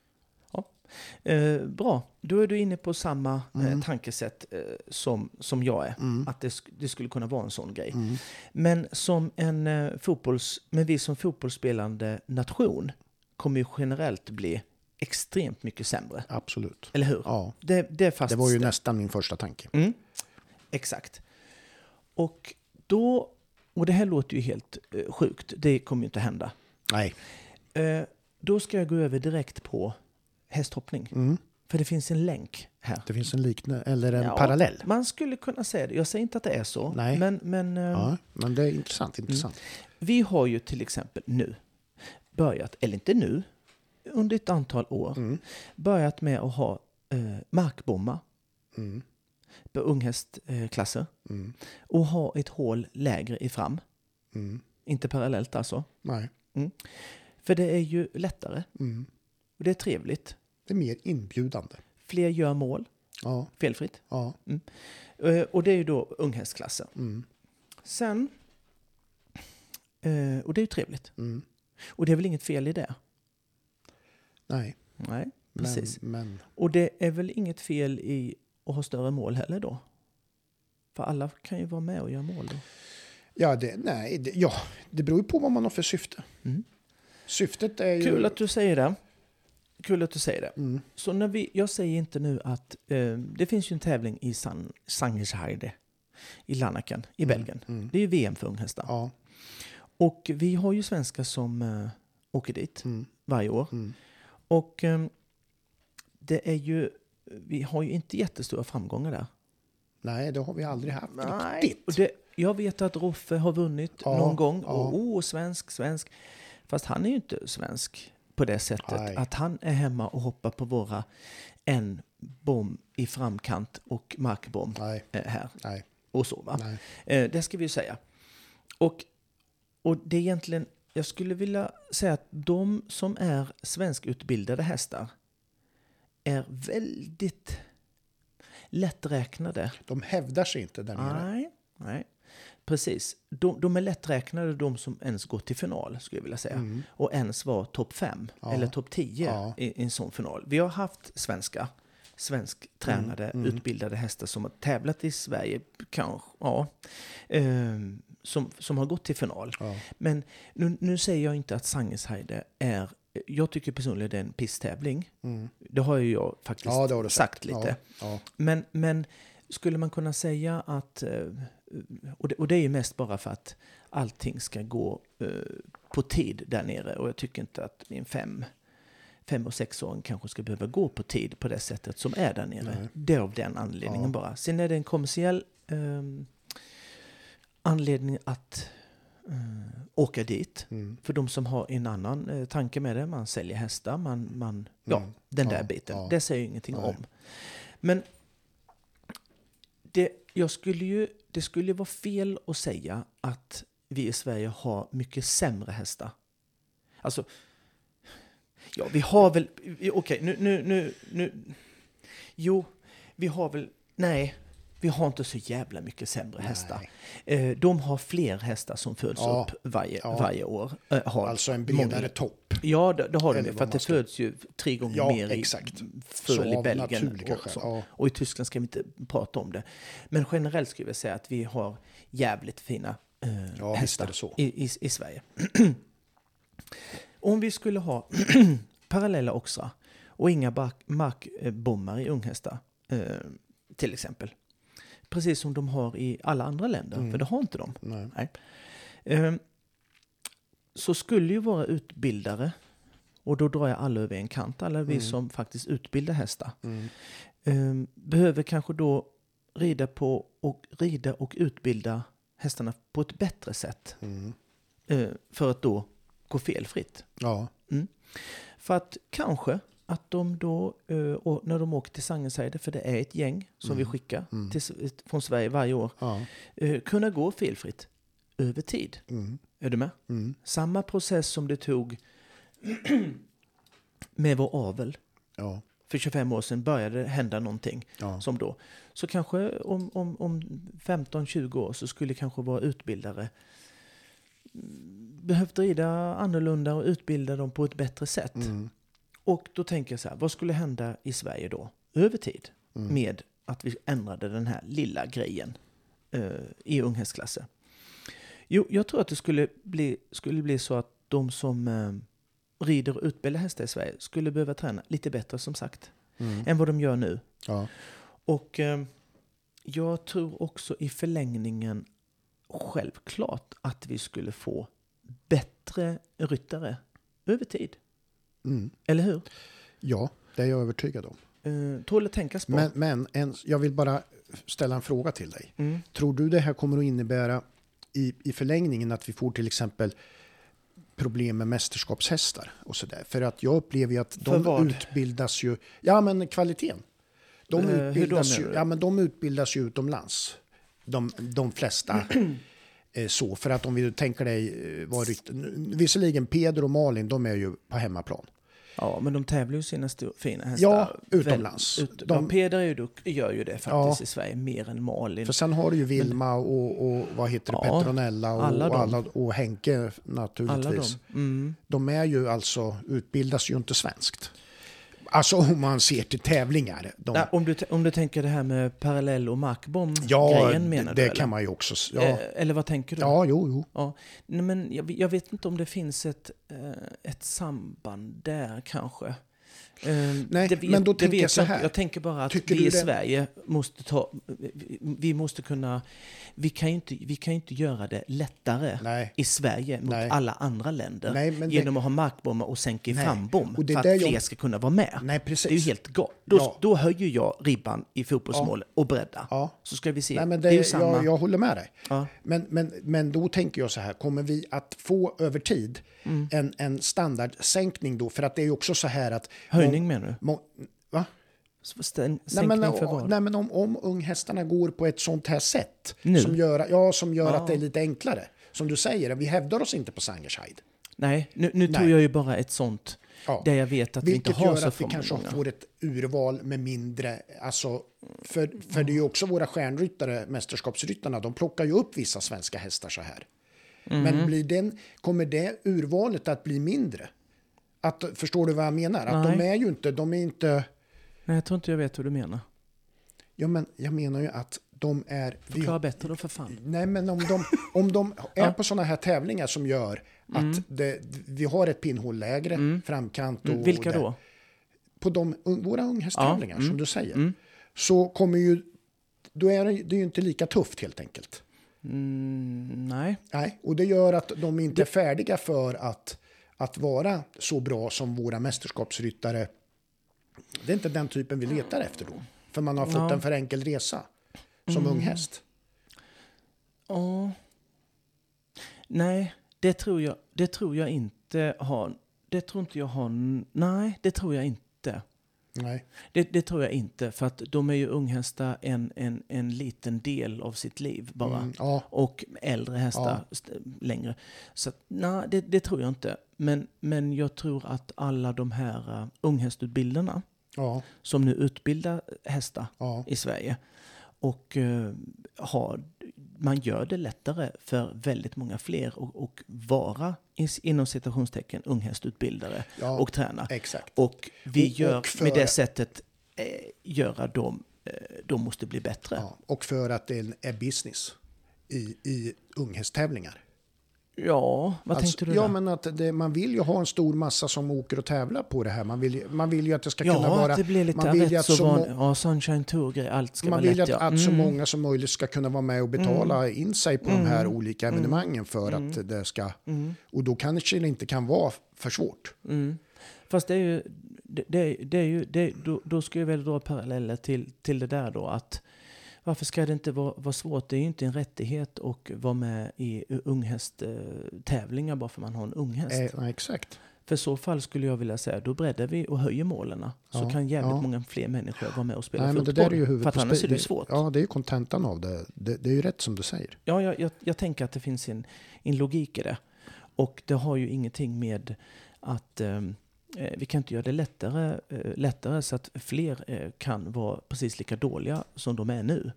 S1: Eh, bra, då är du inne på samma eh,
S2: Mm.
S1: tankesätt eh, som, som jag är.
S2: Mm.
S1: Att det, sk- det skulle kunna vara en sån grej.
S2: mm.
S1: Men som en eh, fotbolls... Men vi som fotbollsspelande nation kommer ju generellt bli extremt mycket sämre.
S2: Absolut.
S1: Eller hur?
S2: Ja,
S1: Det, det är
S2: det
S1: fast
S2: var ju nästan min första tanke.
S1: Mm. Exakt. Och då... Och det här låter ju helt eh, sjukt. Det kommer ju inte hända.
S2: Nej.
S1: Eh, då ska jag gå över direkt på hästhoppning.
S2: Mm.
S1: För det finns en länk här.
S2: Det finns en liknande, eller en
S1: Ja,
S2: parallell.
S1: Man skulle kunna säga det. Jag säger inte att det är så.
S2: Nej.
S1: Men, men eh,
S2: Ja, men det är intressant. intressant.
S1: vi har ju till exempel nu börjat, eller inte nu, under ett antal år,
S2: Mm.
S1: börjat med att ha eh, markbomma
S2: Mm.
S1: på unghästklasser
S2: Mm.
S1: och ha ett hål lägre i fram.
S2: Mm.
S1: Inte parallellt alltså.
S2: Nej.
S1: För det är ju lättare
S2: Mm.
S1: och det är trevligt.
S2: Det är mer inbjudande.
S1: Fler gör mål.
S2: Ja.
S1: Felfritt.
S2: Ja.
S1: Mm. Uh, och det är ju då unghästklassen.
S2: Mm.
S1: Sen, uh, och det är ju trevligt.
S2: Mm.
S1: Och det är väl inget fel i det?
S2: Nej.
S1: Nej, precis.
S2: Men, men...
S1: Och det är väl inget fel i att ha större mål heller då? För alla kan ju vara med och göra mål då.
S2: Ja, det, nej, det, ja, det beror ju på vad man har för syfte.
S1: Mm.
S2: Syftet är ju...
S1: Kul att du säger det. Kul att du säger det.
S2: Mm.
S1: Så när vi, jag säger inte nu att eh, det finns ju en tävling i San, Sangerheide i Lanaken i
S2: Mm.
S1: Belgien.
S2: Mm.
S1: Det är ju V M för unghästar.
S2: Ja.
S1: Och vi har ju svenskar som eh, åker dit
S2: Mm.
S1: varje år.
S2: Mm.
S1: Och eh, det är ju, vi har ju inte jättestora framgångar där.
S2: Nej, det har vi aldrig haft
S1: Nej,
S2: riktigt.
S1: och det, jag vet att Roffe har vunnit
S2: Ja,
S1: någon gång.
S2: ja.
S1: Och oh, svensk, svensk. Fast han är ju inte svensk på det sättet.
S2: Nej.
S1: Att han är hemma och hoppar på våra en bom i framkant och markbom
S2: Nej,
S1: eh, här.
S2: nej,
S1: Och så va.
S2: nej.
S1: Eh, det ska vi ju säga. Och, och det är egentligen, jag skulle vilja säga att de som är svenskutbildade hästar är väldigt lätträknade.
S2: De hävdar sig inte där nere.
S1: Nej, nej. Precis. De, de är lätträknade, de som ens går till final, skulle jag vilja säga.
S2: Mm.
S1: Och ens var topp fem
S2: Ja.
S1: eller topp tio
S2: Ja.
S1: i, i en sån final. Vi har haft svenska, svensktränade,
S2: Mm, mm.
S1: utbildade hästar som har tävlat i Sverige, kanske, ja. Ehm, som, som har gått till final.
S2: Ja.
S1: Men nu, nu säger jag inte att Sangerheide är, jag tycker personligen det är en pisstävling.
S2: Mm.
S1: Det har ju jag faktiskt
S2: Ja, det har du
S1: sagt
S2: sagt.
S1: lite.
S2: Ja. Ja.
S1: Men, men skulle man kunna säga att, eh, och det, och det är ju mest bara för att allting ska gå eh, på tid där nere. Och jag tycker inte att min fem, fem och sexåring kanske ska behöva gå på tid på det sättet som är där nere.
S2: Nej.
S1: Det är av den anledningen
S2: Ja.
S1: bara. Sen är det en kommersiell eh, anledning att eh, åka dit.
S2: Mm.
S1: För de som har en annan eh, tanke med det, man säljer hästar, man, man ja,
S2: Mm.
S1: den
S2: Ja,
S1: där biten.
S2: ja.
S1: Det säger ju ingenting
S2: Nej.
S1: om. Men det, jag skulle ju, det skulle ju vara fel att säga att vi i Sverige har mycket sämre hästar. Alltså, ja, vi har väl, okej, okay, nu, nu, nu, nu, jo, vi har väl, nej, vi har inte så jävla mycket sämre
S2: Nej.
S1: hästar. Eh, de har fler hästar som föds
S2: Ja,
S1: upp varje,
S2: ja.
S1: varje år. Eh, har
S2: Alltså en bredare
S1: många,
S2: topp.
S1: ja, det, det har de
S2: Eller
S1: ju, för
S2: vad
S1: att
S2: man
S1: det
S2: ska-
S1: föds ju tre gånger
S2: Ja,
S1: mer
S2: exakt.
S1: i
S2: Så
S1: föl i
S2: av
S1: Belgien.
S2: naturliga
S1: Och,
S2: skäl,
S1: så.
S2: ja.
S1: och i Tyskland ska vi inte prata om det. Men generellt skulle jag säga att vi har jävligt fina eh,
S2: Ja, visst är
S1: hästar
S2: det så.
S1: I, i, i Sverige. Om vi skulle ha parallella oxar och inga bark- markbommar i unghästar, eh, till exempel. Precis som de har i alla andra länder,
S2: Mm.
S1: för det har inte de.
S2: Nej.
S1: Nej. Eh, så skulle ju vara utbildare, och då drar jag alla över en kant, alla vi
S2: Mm.
S1: som faktiskt utbildar hästar,
S2: Mm.
S1: eh, behöver kanske då rida på och rida och utbilda hästarna på ett bättre sätt
S2: Mm.
S1: eh, för att då gå felfritt.
S2: Ja.
S1: För att kanske att de då, eh, och när de åker till Sangerheide, för det är ett gäng som
S2: Mm.
S1: vi skickar
S2: Mm.
S1: till, från Sverige varje år,
S2: Ja.
S1: eh, kunna gå felfritt över tid.
S2: Mm.
S1: Är du med?
S2: Mm.
S1: Samma process som det tog med vår avel.
S2: Ja.
S1: För tjugofem år sedan började det hända någonting
S2: Ja.
S1: som då. Så kanske om, om, om femton tjugo år så skulle kanske våra utbildare behövt rida annorlunda och utbilda dem på ett bättre sätt.
S2: Mm.
S1: Och då tänker jag så här, vad skulle hända i Sverige då? Över tid.
S2: Mm.
S1: Med att vi ändrade den här lilla grejen eh, i unghästklasser. Jo, jag tror att det skulle bli, skulle bli så att de som eh, rider och utbildar hästar i Sverige skulle behöva träna lite bättre, som sagt,
S2: Mm.
S1: än vad de gör nu.
S2: Ja.
S1: Och eh, jag tror också i förlängningen självklart att vi skulle få bättre ryttare över tid.
S2: Mm.
S1: Eller hur?
S2: Ja, det är jag övertygad om.
S1: Eh, tål att tänkas på.
S2: Men, men en, jag vill bara ställa en fråga till dig.
S1: Mm.
S2: Tror du det här kommer att innebära i, i förlängningen att vi får till exempel problem med mästerskapshästar och sådär? För att jag upplever ju att
S1: För
S2: de
S1: vad?
S2: utbildas ju... Ja, men kvaliteten. De,
S1: Eh, hur då
S2: utbildas,
S1: menar
S2: ju,
S1: du?
S2: ja, men de utbildas ju utomlands. De, de flesta. eh, så, för att om vi tänker dig... Eh, vad rytt, visserligen Peder och Malin, de är ju på hemmaplan.
S1: Ja, men de tävlar ju sina stor, fina hästar.
S2: Ja, utomlands.
S1: Väl, ut,
S2: de,
S1: ja, Peder Euduk gör ju det faktiskt
S2: ja,
S1: i Sverige mer än Malin.
S2: För sen har du ju Vilma och, och vad heter det,
S1: Ja,
S2: Petronella och
S1: alla
S2: och,
S1: dem.
S2: alla, och Henke naturligtvis.
S1: Alla de. Mm.
S2: De är ju alltså, utbildas ju inte svenskt. Alltså om man ser till tävlingar. De,
S1: Nej, om, du, om du tänker det här med parallell och markbom-grejen
S2: ja,
S1: menar
S2: det
S1: du?
S2: kan
S1: eller?
S2: man ju också. Ja,
S1: Eh, eller vad tänker du?
S2: ja jo, jo.
S1: Ja. Nej, men jag, jag vet inte om det finns ett, eh, ett samband där kanske. Eh,
S2: Nej,
S1: det vet,
S2: men då
S1: det
S2: tänker
S1: vet
S2: jag så här.
S1: Jag, jag tänker bara att
S2: Tycker
S1: vi
S2: du
S1: i
S2: det?
S1: Sverige måste ta... Vi, vi måste kunna... Vi kan ju inte, vi kan ju inte göra det lättare
S2: Nej.
S1: i Sverige mot
S2: Nej.
S1: alla andra länder
S2: Nej, men det-
S1: genom att ha markbommar och sänka i
S2: Nej.
S1: frambom
S2: Och det är
S1: för att
S2: där
S1: fler
S2: jag-
S1: ska kunna vara med.
S2: Nej, precis.
S1: Det är ju helt galet. Då,
S2: Ja.
S1: då höjer jag ribban i fotbollsmål och breddar.
S2: Ja.
S1: Så ska vi se.
S2: Nej, men
S1: det,
S2: det,
S1: är ju samma...
S2: jag, jag håller med dig.
S1: Ja.
S2: Men, men, men då tänker jag så här, kommer vi att få över tid
S1: Mm.
S2: en, en standardsänkning då? För att det är ju också så här att...
S1: Höjning menar du?
S2: Må, va?
S1: Stäng,
S2: Nej
S1: sänkning
S2: men,
S1: för vad?
S2: nej, men om, om unghästarna går på ett sånt här sätt
S1: Nu?
S2: som gör, ja, som gör
S1: Ja.
S2: att det är lite enklare. Som du säger, vi hävdar oss inte på Sangershide.
S1: Nej, nu, nu
S2: Nej.
S1: tog jag ju bara ett sånt
S2: Ja.
S1: där jag vet att
S2: Vilket
S1: vi inte har
S2: gör
S1: så
S2: att vi
S1: för
S2: kanske
S1: många.
S2: får ett urval med mindre... Alltså, för, för det är ju också våra stjärnryttare, mästerskapsryttarna, de plockar ju upp vissa svenska hästar så här.
S1: Mm.
S2: Men blir den, kommer det urvalet att bli mindre? Att, förstår du vad jag menar? Att de
S1: Nej.
S2: är ju inte... De är inte
S1: Nej, jag tror inte jag vet vad du menar.
S2: ja, men jag menar ju att de är... vi-
S1: Förklara bättre då för fan.
S2: Nej, men om de, om de är
S1: Ja.
S2: på sådana här tävlingar som gör att det, vi har ett pinnhållägre, framkant och...
S1: Mm, vilka
S2: det-
S1: då?
S2: På de, un- våra unghästtävlingar,
S1: Ja, mm,
S2: som du säger, så kommer ju... Då är det, det är ju inte lika tufft helt enkelt.
S1: Mm, nej.
S2: Nej, och det gör att de inte är färdiga för att, att vara så bra som våra mästerskapsryttare. Det är inte den typen vi letar efter då. För man har fått
S1: Ja.
S2: en för enkel resa som ung häst.
S1: Ja. Nej, det tror jag, det tror jag inte har... Det tror inte jag har... Nej, det tror jag inte.
S2: Nej.
S1: Det, det tror jag inte, för att de är ju unghästar en, en, en liten del av sitt liv bara.
S2: Mm, ja.
S1: Och äldre hästar st- längre. Så att, nej, det, det tror jag inte. Men, men jag tror att alla de här uh, unghästutbildarna
S2: Ja.
S1: som nu utbildar hästar
S2: Ja.
S1: i Sverige och uh, har, man gör det lättare för väldigt många fler att och vara is- inom citationstecken unghästutbildare
S2: Ja,
S1: och träna.
S2: exakt.
S1: Och vi
S2: Och-
S1: gör
S2: och för-
S1: med det sättet eh, göra dem, eh, de måste bli bättre.
S2: Ja. Och för att det är business i, i unghästtävlingar.
S1: Ja, vad
S2: Alltså,
S1: tänkte du
S2: ja,
S1: där?
S2: men att det, man vill ju ha en stor massa som åker och tävlar på det här. Man vill, ju- man vill ju att det ska kunna
S1: Ja,
S2: vara...
S1: det blir lite
S2: man vill ju
S1: rätt
S2: att
S1: så
S2: så
S1: van...
S2: må-
S1: Ja, Sunshine Tour-grej, allt ska
S2: Man
S1: vara
S2: vill
S1: lätt.
S2: att,
S1: ja.
S2: att så
S1: Mm.
S2: många som möjligt ska kunna vara med och betala in sig på de här olika evenemangen för att det ska... Och då kanske det inte kan vara för svårt.
S1: Mm. Fast det är ju, det, det, det är ju det, då, då ska jag väl dra paralleller till, till det där då att varför ska det inte vara, vara svårt? Det är ju inte en rättighet att vara med i unghästtävlingar bara för man har en unghäst.
S2: Eh, ja, exakt.
S1: För så fall skulle jag vilja säga, då breddar vi och höjer målen. Så
S2: Ja,
S1: kan jävligt
S2: ja.
S1: många fler människor vara med och spela
S2: Nej, men det
S1: fotboll.
S2: där är ju huvudet
S1: för att
S2: på
S1: annars
S2: spe-
S1: är det svårt.
S2: Ja, det är ju kontentan av det. det. Det är ju rätt som du säger.
S1: Ja, jag, jag, jag tänker att det finns en, en logik i det. Och det har ju ingenting med att eh, vi kan inte göra det lättare, eh, lättare så att fler eh, kan vara precis lika dåliga som de är nu.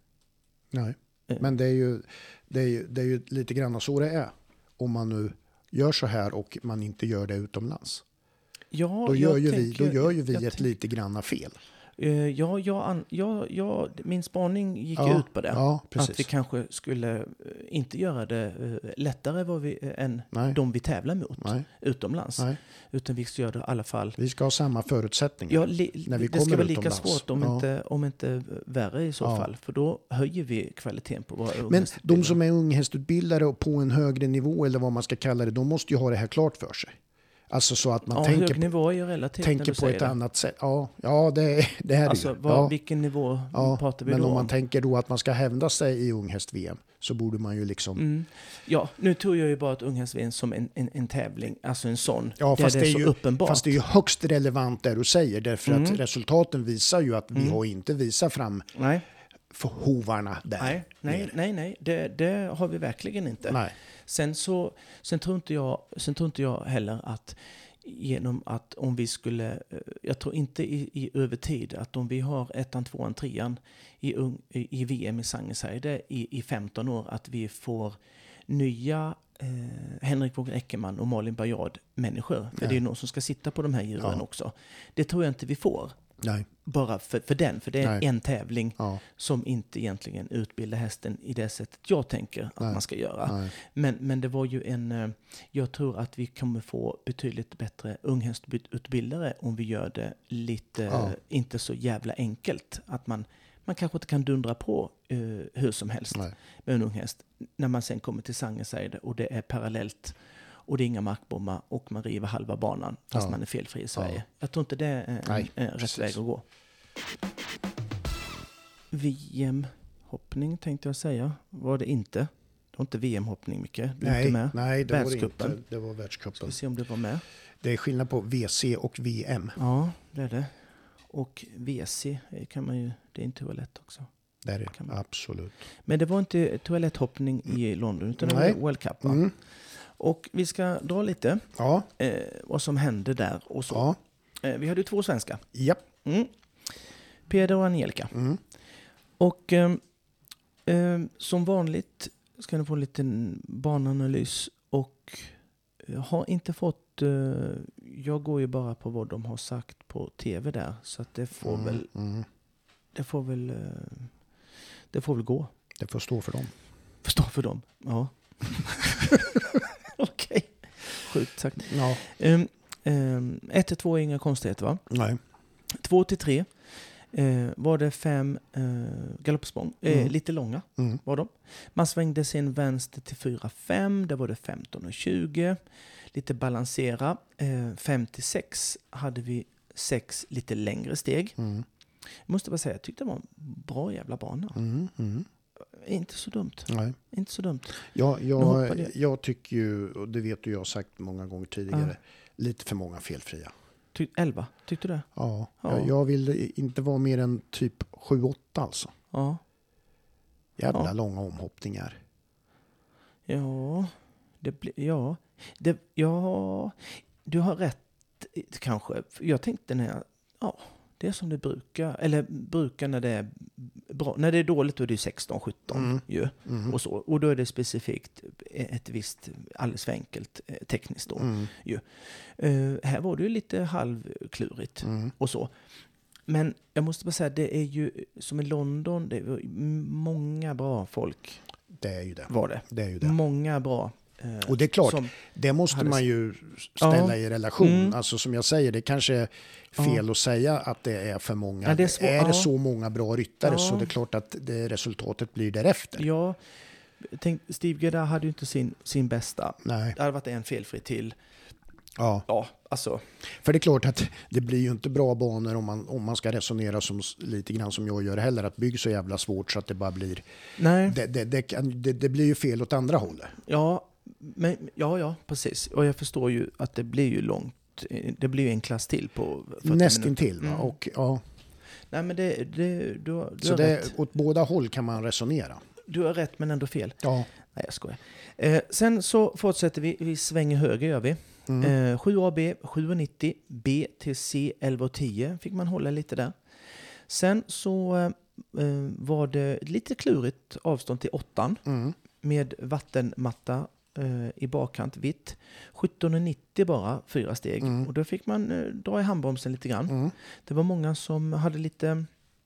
S2: Nej.
S1: Eh.
S2: Men det är, ju, det, är ju, det är ju lite grann så det är. Om man nu gör så här och man inte gör det utomlands.
S1: Ja,
S2: Då
S1: jag
S2: gör ju vi,
S1: tänker-
S2: då gör ju vi
S1: jag
S2: ett
S1: tänk-
S2: lite granna fel.
S1: Eh, ja, jag, an- ja, ja, min spaning gick
S2: Ja,
S1: ut på det.
S2: ja, precis.
S1: Att vi kanske skulle eh, inte göra det eh, lättare vad vi, eh, än
S2: Nej.
S1: de vi tävlar mot
S2: Nej.
S1: utomlands.
S2: Nej.
S1: Utan vi ska göra det i alla fall.
S2: Vi ska ha samma förutsättningar.
S1: Ja, li,
S2: när vi
S1: det ska
S2: kommer
S1: vara lika
S2: utomlands.
S1: svårt om,
S2: Ja.
S1: inte, om inte värre i så
S2: Ja.
S1: fall. För då höjer vi kvaliteten på våra
S2: Men
S1: unghästutbildare.
S2: de som är unghästutbildare och på en högre nivå eller vad man ska kalla det, de måste ju ha det här klart för sig. Alltså så att man
S1: ja,
S2: tänker,
S1: hög
S2: på,
S1: nivå är ju relativt när
S2: tänker
S1: du
S2: på
S1: säger
S2: ett
S1: det.
S2: annat sätt. Ja, ja det, det här är
S1: Alltså,
S2: ju.
S1: vad,
S2: Ja.
S1: vilken nivå
S2: Ja,
S1: pratar vi
S2: men
S1: då
S2: om man
S1: om?
S2: tänker då att man ska hävda sig i unghäst-V M så borde man ju liksom...
S1: Mm. Ja, nu tog jag ju bara ett unghäst-V M som en, en, en tävling, alltså en sån.
S2: Ja,
S1: där
S2: fast
S1: det är,
S2: det är
S1: så
S2: ju,
S1: uppenbart.
S2: fast det är ju högst relevant det du säger därför
S1: Mm.
S2: att resultaten visar ju att vi
S1: Mm.
S2: har inte visat fram
S1: Nej,
S2: för hovarna där.
S1: nej, nej,
S2: nere.
S1: nej, nej. Det, det har vi verkligen inte.
S2: Nej.
S1: Sen, så, sen, tror inte jag, sen tror inte jag heller att genom att om vi skulle, jag tror inte i, i över tid, att om vi har ettan, tvåan, trean i, i, i V M i Sangerseide i, i femton år, att vi får nya eh, Henrik Vågen Eckermann och Malin Bajard människor. För
S2: ja.
S1: det är någon som ska sitta på de här djuren
S2: ja.
S1: också. Det tror jag inte vi får.
S2: Nej.
S1: Bara för, för den, för det är
S2: Nej.
S1: en tävling
S2: ja.
S1: som inte egentligen utbildar hästen i det sättet jag tänker att
S2: Nej.
S1: man ska göra.
S2: Nej.
S1: Men, men det var ju en, jag tror att vi kommer få betydligt bättre unghästutbildare om vi gör det lite,
S2: ja.
S1: inte så jävla enkelt. Att man, man kanske inte kan dundra på uh, hur som helst
S2: Nej.
S1: med en unghäst. När man sen kommer till Sangerseide och det är parallellt och det är inga markbommar och man river halva banan fast
S2: ja.
S1: man är felfri i Sverige.
S2: Ja.
S1: Jag tror inte det är en,
S2: Nej,
S1: en rätt
S2: precis.
S1: väg att gå. V M-hoppning tänkte jag säga. Var det inte? Det var inte V M-hoppning mycket. Du är
S2: Nej,
S1: inte med.
S2: nej, det var det
S1: Världscupen.
S2: inte. Det var världscupen.
S1: Ska vi se om du var med.
S2: Det är skillnad på V C och V M.
S1: Ja, det är det. Och V C kan man ju, det är en toalett också.
S2: Det är det,
S1: Kan man.
S2: absolut.
S1: Men det var inte toaletthoppning i London utan det
S2: Nej.
S1: var World Cup. Va?
S2: Mm.
S1: Och vi ska dra lite
S2: Ja,
S1: eh, vad som hände där och så.
S2: ja,
S1: Eh, vi hade ju två svenska.
S2: japp.
S1: Mm. Peder och Angelica.
S2: Mm.
S1: Och eh, eh, som vanligt ska ni få en liten bananalys och jag har inte fått, eh, jag går ju bara på vad de har sagt på tv där så att det får
S2: Mm.
S1: väl,
S2: Mm.
S1: det får väl, eh, det får väl gå.
S2: Det får stå för dem.
S1: Förstå för dem, ja. Okej, okay. Sjukt sagt.
S2: Ja.
S1: Um, um, ett till två är inga konstigheter va?
S2: Nej.
S1: Två till tre uh, var det fem uh, galoppsprång. Uh,
S2: Mm.
S1: lite långa
S2: Mm.
S1: var de. Man svängde sin vänster till fyra fem. Där var det femton och tjugo. Lite balansera. Uh, fem till sex hade vi sex lite längre steg.
S2: Mm.
S1: Jag måste bara säga, jag tyckte det var en bra jävla bana.
S2: Mm. Mm.
S1: Inte så dumt.
S2: Nej.
S1: Inte så dumt.
S2: Jag,
S1: Nu hoppade
S2: jag,
S1: jag.
S2: jag tycker ju, och det vet du jag har sagt många gånger tidigare,
S1: Ja.
S2: lite för många felfria.
S1: Ty- elva, tyckte du det?
S2: Ja,
S1: Ja.
S2: Jag, jag vill inte vara mer än typ sju åtta alltså.
S1: Ja.
S2: Jävla
S1: Ja.
S2: långa omhoppningar.
S1: Ja, det blir, ja, det, ja, du har rätt kanske. Jag tänkte när jag, ja, det är som det brukar, eller brukar när det är bra, när det är dåligt då är det sexton sjutton
S2: Mm.
S1: ju,
S2: Mm.
S1: och så, och då är det specifikt ett visst, alldeles för enkelt eh, tekniskt då.
S2: Mm.
S1: Uh, här var det ju lite halvklurigt
S2: Mm.
S1: och så. Men jag måste bara säga, det är ju som i London, det är många bra folk
S2: Det är ju det.
S1: var det.
S2: Det är ju det.
S1: Många bra. Eh,
S2: Och det är klart,
S1: som,
S2: det måste
S1: hade-
S2: man ju ställa
S1: Ja.
S2: i relation.
S1: Mm.
S2: Alltså som jag säger, det kanske är fel att säga att det är för många.
S1: Ja, det är
S2: är
S1: svår-
S2: det
S1: ja.
S2: så många bra ryttare
S1: Ja.
S2: så det är klart att det, resultatet blir därefter.
S1: ja, tänk, Steve Gedda hade ju inte sin, sin bästa.
S2: Nej,
S1: Det hade varit en felfri till.
S2: ja.
S1: Ja, alltså.
S2: För det är klart att det blir ju inte bra banor om man, om man ska resonera som, lite grann som jag gör heller. Att bygga så jävla svårt så att det bara blir...
S1: Nej,
S2: Det, det, det, kan- det, det blir ju fel åt andra hållet.
S1: ja, men, ja, ja, precis. Och jag förstår ju att det blir ju långt. Det blir ju en klass till på fyrtio
S2: Nästintill.
S1: minuter.
S2: Va?
S1: Mm.
S2: Och, ja.
S1: Nej, men det, det, du, har- du,
S2: Så
S1: har
S2: det,
S1: rätt.
S2: åt båda håll kan man resonera.
S1: Du har rätt, men ändå fel.
S2: Ja.
S1: Nej, jag skojar. Eh, sen så fortsätter vi. Vi svänger höger, gör vi.
S2: Mm.
S1: Eh, sju A B, sju nittio, B till C, elva tio fick man hålla lite där. Sen så eh, var det lite klurigt avstånd till åttan
S2: Mm.
S1: med vattenmatta eh, i bakkant vitt. sjutton nittio bara, fyra steg.
S2: Mm.
S1: Och då fick man eh, dra i handbromsen lite grann.
S2: Mm.
S1: Det var många som hade lite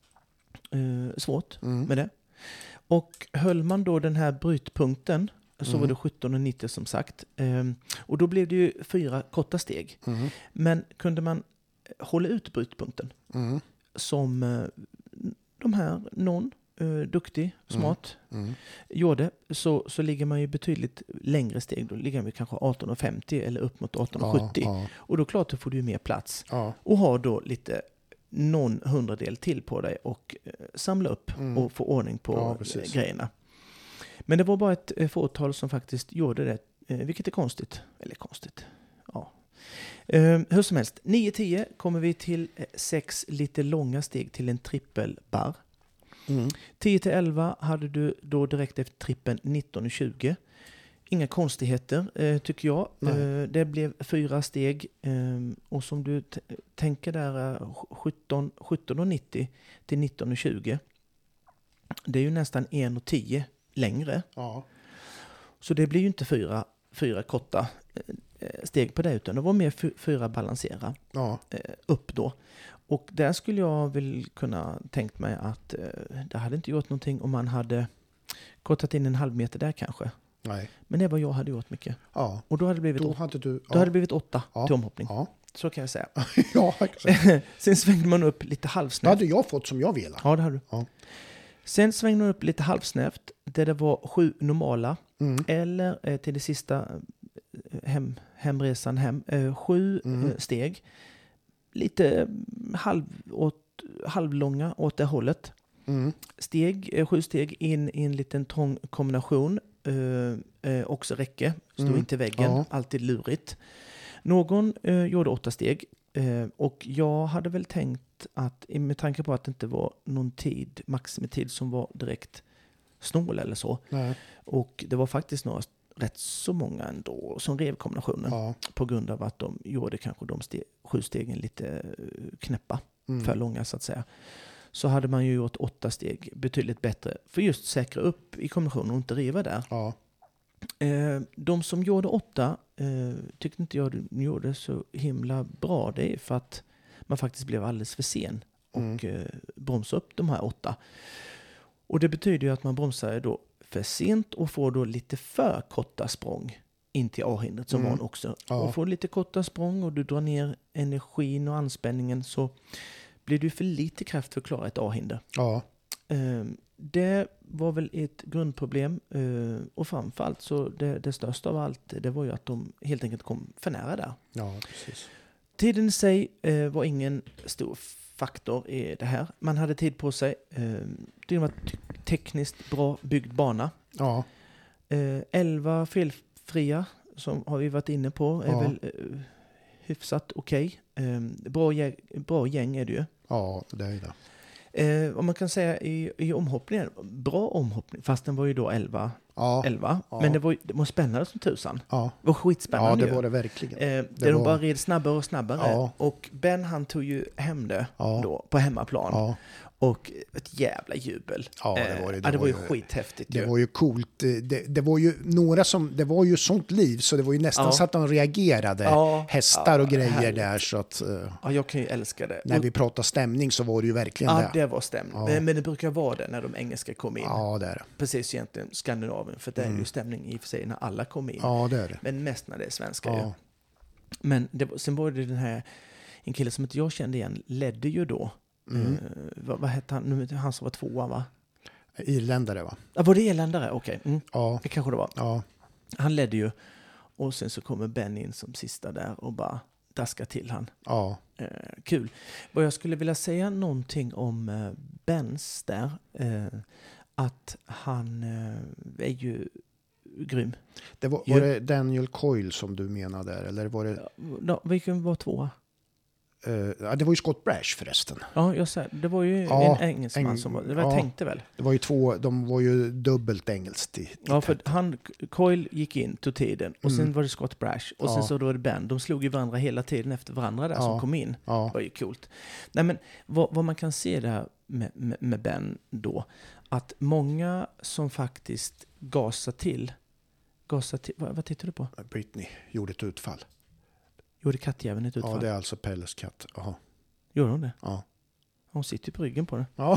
S1: eh, svårt
S2: Mm.
S1: med det. Och höll man då den här brytpunkten så
S2: Mm.
S1: var det sjutton nittio som sagt. Ehm, och då blev det ju fyra korta steg.
S2: Mm.
S1: Men kunde man hålla ut brytpunkten
S2: Mm.
S1: som eh, de här, någon eh, duktig, smart,
S2: Mm.
S1: gjorde så, så ligger man ju betydligt längre steg. Då ligger man kanske arton femtio eller upp mot arton sjuttio.
S2: Ja,
S1: Och då klart då får du ju mer plats.
S2: ja.
S1: Och har då lite någon hundradel till på dig och eh, samla upp
S2: Mm.
S1: och få ordning på
S2: Ja,
S1: eh,
S2: precis.
S1: grejerna. Men det var bara ett eh, fåtal som faktiskt gjorde det, eh, vilket är konstigt. Eller konstigt, ja. Eh, hur som helst, nio tio kommer vi till eh, sex lite långa steg till en trippelbar.
S2: Mm.
S1: tio till elva hade du då direkt efter trippen nitton tjugo. inga konstigheter eh, tycker jag.
S2: Nej.
S1: Eh, det blev fyra steg. Eh, och som du t- tänker där eh, sjutton, sjutton och nittio till nitton och tjugo. Det är ju nästan en och tio längre.
S2: Ja.
S1: Så det blir ju inte fyra, fyra korta eh, steg på det, utan det var mer f- fyra balansera
S2: Ja.
S1: eh, upp då. Och där skulle jag väl kunna tänkt mig att eh, det hade inte gjort någonting om man hade kortat in en halv meter där kanske.
S2: Nej.
S1: Men det var jag hade gjort mycket.
S2: Ja.
S1: Och då hade det blivit,
S2: Då
S1: åt,
S2: hade du...
S1: då
S2: Ja.
S1: hade det blivit åtta
S2: Ja.
S1: till omhoppning.
S2: Ja.
S1: Så kan jag säga.
S2: Ja, exakt.
S1: Sen svängde man upp lite
S2: Det
S1: halvsnävt.
S2: hade jag fått som jag ville.
S1: Ja, det hade du.
S2: Ja.
S1: Sen svängde man upp lite halvsnävt där det var sju normala.
S2: Mm.
S1: Eller eh, till det sista eh, hem, hemresan hem. Eh, sju
S2: Mm.
S1: eh, steg. Lite eh, halv, åt, halvlånga åt det hållet.
S2: Mm.
S1: Steg, eh, sju steg in i en liten trång kombination. Eh, eh, också räcke. Stod
S2: Mm.
S1: inte i väggen.
S2: Ja.
S1: Alltid lurigt. Någon eh, gjorde åtta steg. Eh, och jag hade väl tänkt att med tanke på att det inte var någon tid, maximitid som var direkt snål eller så.
S2: Nej.
S1: Och det var faktiskt några rätt så många ändå som rev kombinationen.
S2: Ja.
S1: På grund av att de gjorde kanske de steg, sju stegen lite eh, knäppa.
S2: Mm.
S1: För långa så att säga. Så hade man ju gjort åtta steg betydligt bättre. För just säkra upp i kombinationen och inte riva där.
S2: Ja.
S1: Eh, de som gjorde åtta eh, tyckte inte jag de gjorde så himla bra. Det är för att man faktiskt blev alldeles för sen och
S2: Mm.
S1: eh, bromsade upp de här åtta. Och det betyder ju att man bromsar då för sent och får då lite för korta språng in till A-hindret som
S2: Mm.
S1: var också.
S2: Ja.
S1: Och får lite korta språng och du drar ner energin och anspänningen så blir du för lite kraft för att klara ett A-hinder.
S2: Ja.
S1: Eh, det var väl ett grundproblem eh, och framförallt så det, det största av allt det var ju att de helt enkelt kom för nära där.
S2: Ja, precis.
S1: Tiden i sig eh, var ingen stor faktor i det här. Man hade tid på sig. Eh, det var te- tekniskt bra byggd bana.
S2: Ja.
S1: Eh, elva felfria som har vi varit inne på är
S2: Ja.
S1: väl eh, hyfsat okej. Eh, bra, gäng- bra gäng är det ju.
S2: Ja, det är det.
S1: Eh, om man kan säga i, i omhoppningen, bra omhoppning, fast den var ju då elva.
S2: Ja.
S1: elva.
S2: Ja.
S1: Men det var, det var spännande som tusan.
S2: Ja.
S1: Det var skitspännande
S2: Ja, det
S1: ju.
S2: var det verkligen.
S1: Eh, där
S2: Det
S1: de
S2: var-
S1: bara red snabbare och snabbare.
S2: Ja.
S1: Och Ben han tog ju hem det
S2: Ja.
S1: då på hemmaplan.
S2: Ja.
S1: Och ett jävla jubel.
S2: Ja, det var det.
S1: Eh,
S2: Det
S1: ja, det
S2: var
S1: var ju
S2: ju-
S1: skithäftigt
S2: Det
S1: ju.
S2: var ju coolt. Det, det var ju några som, det var ju sånt liv så det var ju nästan
S1: Ja.
S2: så att de reagerade.
S1: Ja.
S2: Hästar och
S1: Ja,
S2: grejer
S1: härligt.
S2: där så att eh,
S1: Ja, jag kan ju älska det.
S2: när
S1: Och-
S2: vi pratar stämning så var det ju verkligen
S1: Ja,
S2: det.
S1: det var stämning.
S2: Ja.
S1: Men, men det brukar vara det när de engelska kommer in.
S2: Ja, det är det.
S1: Precis egentligen Skandinavien. För det är ju stämning i och för sig när alla kommer in.
S2: Ja, det är det.
S1: Men mest när det är svenska ju.
S2: Ja.
S1: Men det, var- sen var det den här, en kille som inte jag kände igen, ledde ju då.
S2: Mm.
S1: Eh, vad, vad hette han? Nu, han som var tvåa va?
S2: Irländare va?
S1: Ja, var det irländare? Okej, mm,
S2: Ja.
S1: det kanske det var.
S2: Ja.
S1: Han ledde ju. Och sen så kommer Ben in som sista där och bara daskar till han.
S2: Ja.
S1: Eh, kul. Vad jag skulle vilja säga någonting om eh, Bens där. Eh, att han eh, är ju grym.
S2: Det var,
S1: Jo.
S2: var det Daniel Coyle som du menade där? Eller var det,
S1: Ja, vilken var tvåa?
S2: eh, ja, det var ju Scott Brash förresten.
S1: Ja, jag säger, det var ju
S2: Ja,
S1: en engelsman
S2: eng-
S1: som var, det var jag
S2: ja.
S1: tänkte väl.
S2: Det var ju två, de var ju dubbelt engelskt i, i
S1: Ja, för
S2: täten.
S1: han, Coyle gick in, tog tiden och sen
S2: Mm.
S1: var det Scott Brash och
S2: Ja.
S1: sen så då var det Ben. De slog ju varandra hela tiden efter varandra där
S2: Ja.
S1: som kom in.
S2: Ja.
S1: Det var ju coolt. Nej, men vad, vad man kan se där med, med, med Ben då, att många som faktiskt gasar till, gasar till vad, vad tittar du på?
S2: Britney gjorde ett utfall.
S1: Gjorde kattjäveln ett utfall?
S2: Ja, det är alltså Pelles katt. Jaha.
S1: Gjorde hon det?
S2: Ja.
S1: Hon sitter ju på ryggen på den.
S2: Ja.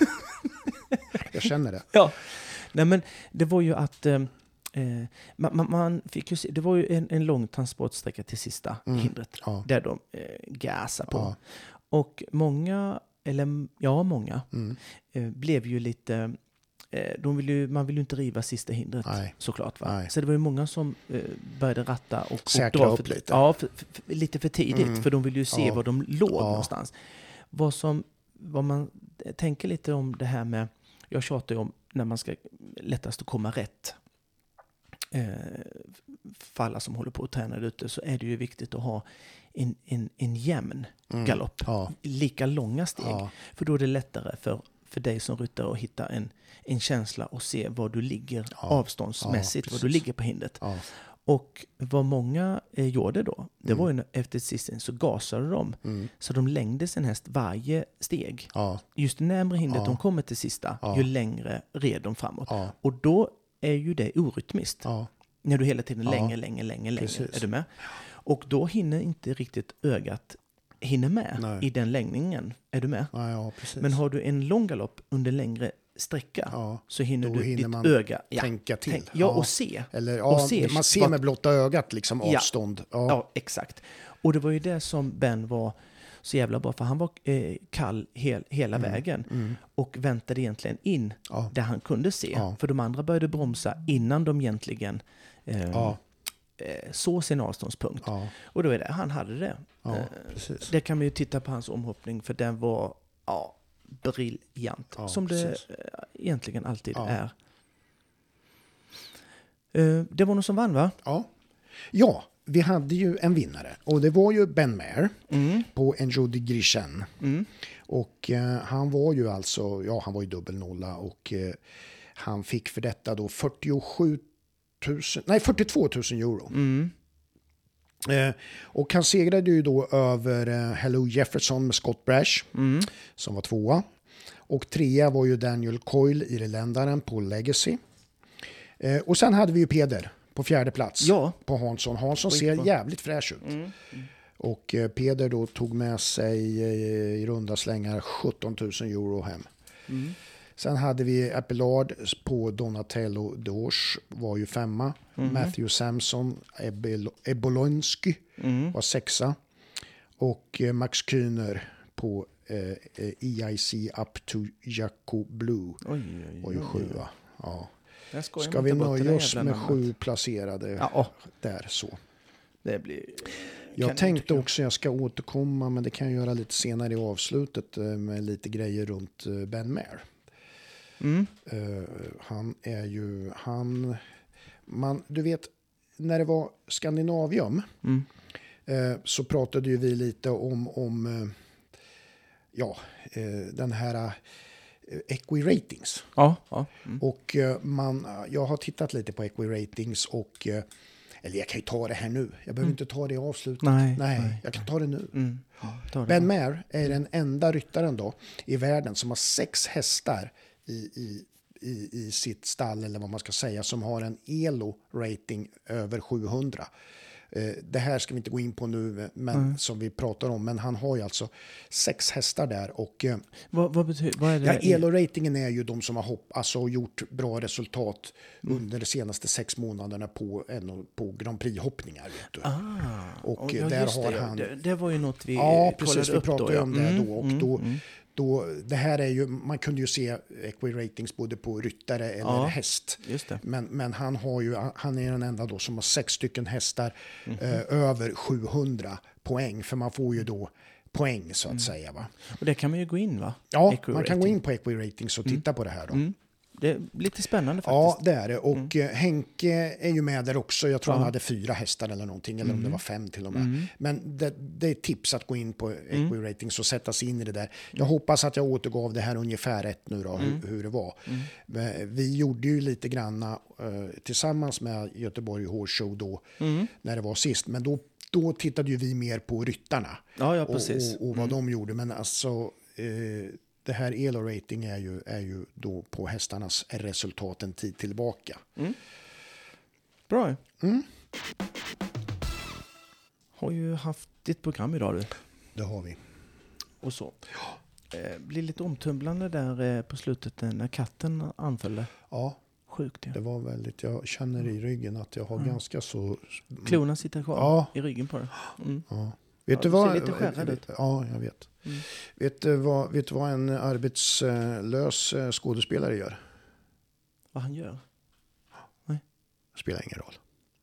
S2: Jag känner det.
S1: Ja. Nej, men det var ju att eh, eh, man, man- man fick ju se, det var ju en, en lång transportsträcka till sista
S2: Mm.
S1: hindret.
S2: Ja.
S1: Där de eh, gasar på.
S2: Ja.
S1: Och många, eller ja många,
S2: Mm.
S1: eh, blev ju lite, eh, de vill ju, man vill ju inte riva sista hindret
S2: Nej.
S1: såklart. Va?
S2: Nej.
S1: Så det var ju många som eh, började ratta och, och
S2: Säkra
S1: dra
S2: upp
S1: för,
S2: lite.
S1: Ja, för, för, för, lite för tidigt.
S2: Mm.
S1: För de vill ju se
S2: Ja.
S1: var de låg
S2: Ja.
S1: någonstans. Vad, som, vad man tänker lite om det här med, jag tjatar ju om när man ska lättast att komma rätt. Eh, för alla som håller på att träna där ute så är det ju viktigt att ha en, en, en jämn
S2: Mm.
S1: galopp.
S2: Ja.
S1: Lika långa steg.
S2: Ja.
S1: För då är det lättare för, för dig som ryttare att hitta en, en känsla och se var du ligger
S2: Ja.
S1: avståndsmässigt,
S2: Ja,
S1: var du ligger på hindret.
S2: Ja.
S1: Och vad många eh, gjorde då, det
S2: Mm.
S1: var ju efter sisten så gasade de.
S2: Mm.
S1: Så de längde sin häst varje steg.
S2: Ja.
S1: Just närmare hindret
S2: Ja.
S1: de kommer till sista,
S2: Ja.
S1: ju längre red de framåt.
S2: Ja.
S1: Och då är ju det orytmiskt.
S2: Ja.
S1: När du hela tiden
S2: Ja.
S1: längre, längre, längre, längre.
S2: Precis.
S1: Är du med? Och då hinner inte riktigt ögat hinner med
S2: Nej.
S1: i den längningen. Är du med?
S2: Ja, ja, precis.
S1: Men har du en lång galopp under längre sträcka
S2: Ja.
S1: så hinner
S2: Då
S1: du
S2: hinner
S1: ditt
S2: man
S1: öga ja,
S2: tänka till.
S1: tänk- ja, och se.
S2: Eller,
S1: och
S2: ja,
S1: se
S2: man ser
S1: vad-
S2: med blotta ögat liksom
S1: Ja.
S2: avstånd.
S1: Ja.
S2: Ja.
S1: exakt. Och det var ju det som Ben var så jävla bra, för han var eh, kall hel, hela
S2: Mm.
S1: vägen
S2: Mm.
S1: och väntade egentligen in
S2: Ja.
S1: där han kunde se.
S2: Ja.
S1: För de andra började bromsa innan de egentligen eh,
S2: Ja.
S1: eh, såg sin avståndspunkt.
S2: Ja.
S1: Och då är det, han hade det.
S2: Ja,
S1: Eh,
S2: precis.
S1: Det kan man ju titta på hans omhoppning, för den var ja, briljant.
S2: Ja,
S1: som det
S2: precis.
S1: eh, egentligen alltid
S2: Ja.
S1: är. Eh, det var någon som vann, va?
S2: Ja. ja, vi hade ju en vinnare. Och det var ju Ben Maher
S1: Mm.
S2: på Enjou de Grichen.
S1: Mm.
S2: Och eh, han var ju alltså, ja han var ju dubbelnolla och eh, han fick för detta då fyrtiosju tusen, nej fyrtiotvå tusen euro.
S1: Mm.
S2: Eh, och han segrade ju då över eh, Hello Jefferson med Scott Brash
S1: Mm.
S2: som var tvåa. Och trea var ju Daniel Coyle, irländaren, på Legacy. Eh, och sen hade vi ju Peder på fjärde plats
S1: Ja.
S2: på Hansson. Hansson
S1: Skitbra.
S2: ser jävligt fräsch ut.
S1: Mm.
S2: Och eh, Peder då tog med sig eh, i runda slängar sjutton tusen euro hem.
S1: Mm.
S2: Sen hade vi Appelard på Donatello Dors, var ju femma.
S1: Mm.
S2: Matthew Samson, Ebel- Ebolonsky
S1: Mm.
S2: var sexa. Och eh, Max Kühner på eh, eh, E I C Up to Jaco Blue
S1: Oj, oj,
S2: var ju
S1: oj,
S2: sjua. Ja.
S1: Jag skojar
S2: Ska
S1: inte
S2: vi
S1: bort det
S2: nöja
S1: där
S2: oss
S1: jävla
S2: med
S1: namnet.
S2: sju placerade
S1: Ja,
S2: där så?
S1: det blir...
S2: Jag
S1: kan
S2: tänkte
S1: tycka.
S2: också jag ska återkomma, men det kan jag göra lite senare i avslutet eh, med lite grejer runt eh, Ben Maher.
S1: Mm.
S2: Uh, han är ju, han, man, du vet, när det var Skandinavium
S1: Mm.
S2: uh, så pratade ju vi lite om, om uh, ja, uh, den här uh, Equi-ratings.
S1: Ja, ja. Mm.
S2: Och uh, man, jag har tittat lite på Equi-ratings och, uh, eller jag kan ju ta det här nu, jag behöver
S1: Mm.
S2: inte ta det i avslutet.
S1: Nej,
S2: nej,
S1: nej,
S2: jag kan ta det nu.
S1: Mm. Ta det.
S2: Ben Maher är den enda ryttaren då i världen som har sex hästar i, i, i, i sitt stall, eller vad man ska säga, som har en E L O-rating över sjuhundra. Eh, det här ska vi inte gå in på nu, men,
S1: Mm.
S2: som vi pratar om, men han har ju alltså sex hästar där. Och eh,
S1: Vad, vad betyder... Vad är det?
S2: ja, E L O-ratingen är ju de som har hopp, alltså gjort bra resultat
S1: Mm.
S2: under de senaste sex månaderna på, på Grand Prix-hoppningar. Vet du.
S1: Ah,
S2: Och,
S1: ja,
S2: där
S1: just
S2: har
S1: det, ja.
S2: han-
S1: Det, det var ju något vi
S2: Ja,
S1: kollade
S2: precis. Vi
S1: upp
S2: pratade
S1: då,
S2: ju
S1: ja.
S2: om det
S1: Mm,
S2: då. Och
S1: mm,
S2: då,
S1: mm.
S2: då, det här är ju, man kunde ju se Equi-ratings både på ryttare eller
S1: Ja.
S2: häst.
S1: Just det.
S2: Men, men han, har ju, han är den enda då som har sex stycken hästar
S1: Mhm.
S2: eh, över sjuhundra poäng. För man får ju då poäng så att
S1: Mm.
S2: säga. Va?
S1: Och det kan man ju gå in, va?
S2: Ja,
S1: Equi
S2: man kan gå
S1: rating.
S2: in på Equi-ratings och titta på det här då.
S1: Mm. Det är lite spännande
S2: Ja,
S1: faktiskt.
S2: det är det. Och eh, Henke är ju med där också. Jag tror
S1: Ja.
S2: han hade fyra hästar eller någonting. Eller om det var fem till och med.
S1: Mm.
S2: Men det, det är ett tips att gå in på Equi-ratings och sätta sig in i det där. Jag hoppas att jag återgav det här ungefär rätt nu då, hur, hur det var. Men vi gjorde ju lite granna eh, tillsammans med Göteborg Horse Show då,
S1: Mm.
S2: när det var sist. Men då, då tittade ju vi mer på ryttarna.
S1: Ja, ja,
S2: och,
S1: precis.
S2: och, och vad de gjorde. Men alltså... Eh, det här E L O-rating är ju, är ju då på hästarnas resultat en tid tillbaka.
S1: Bra.
S2: Mm.
S1: Har ju haft ditt program idag, du.
S2: Det har vi.
S1: Och så. Eh, blir lite omtumlande där eh, på slutet eh, när katten anföll dig.
S2: Ja,
S1: Sjukt, ja.
S2: det var väldigt, jag känner i ryggen att jag har
S1: Mm.
S2: ganska så...
S1: Klorna sitter kvar
S2: Ja.
S1: i ryggen på dig. Mm.
S2: Ja. Vet
S1: Ja,
S2: du
S1: du
S2: vad?
S1: ser lite skärrad ut.
S2: Ja, jag vet.
S1: Mm.
S2: Vet du vad, vet du vad en arbetslös eh, skådespelare gör?
S1: Vad han gör?
S2: Spelar ingen roll.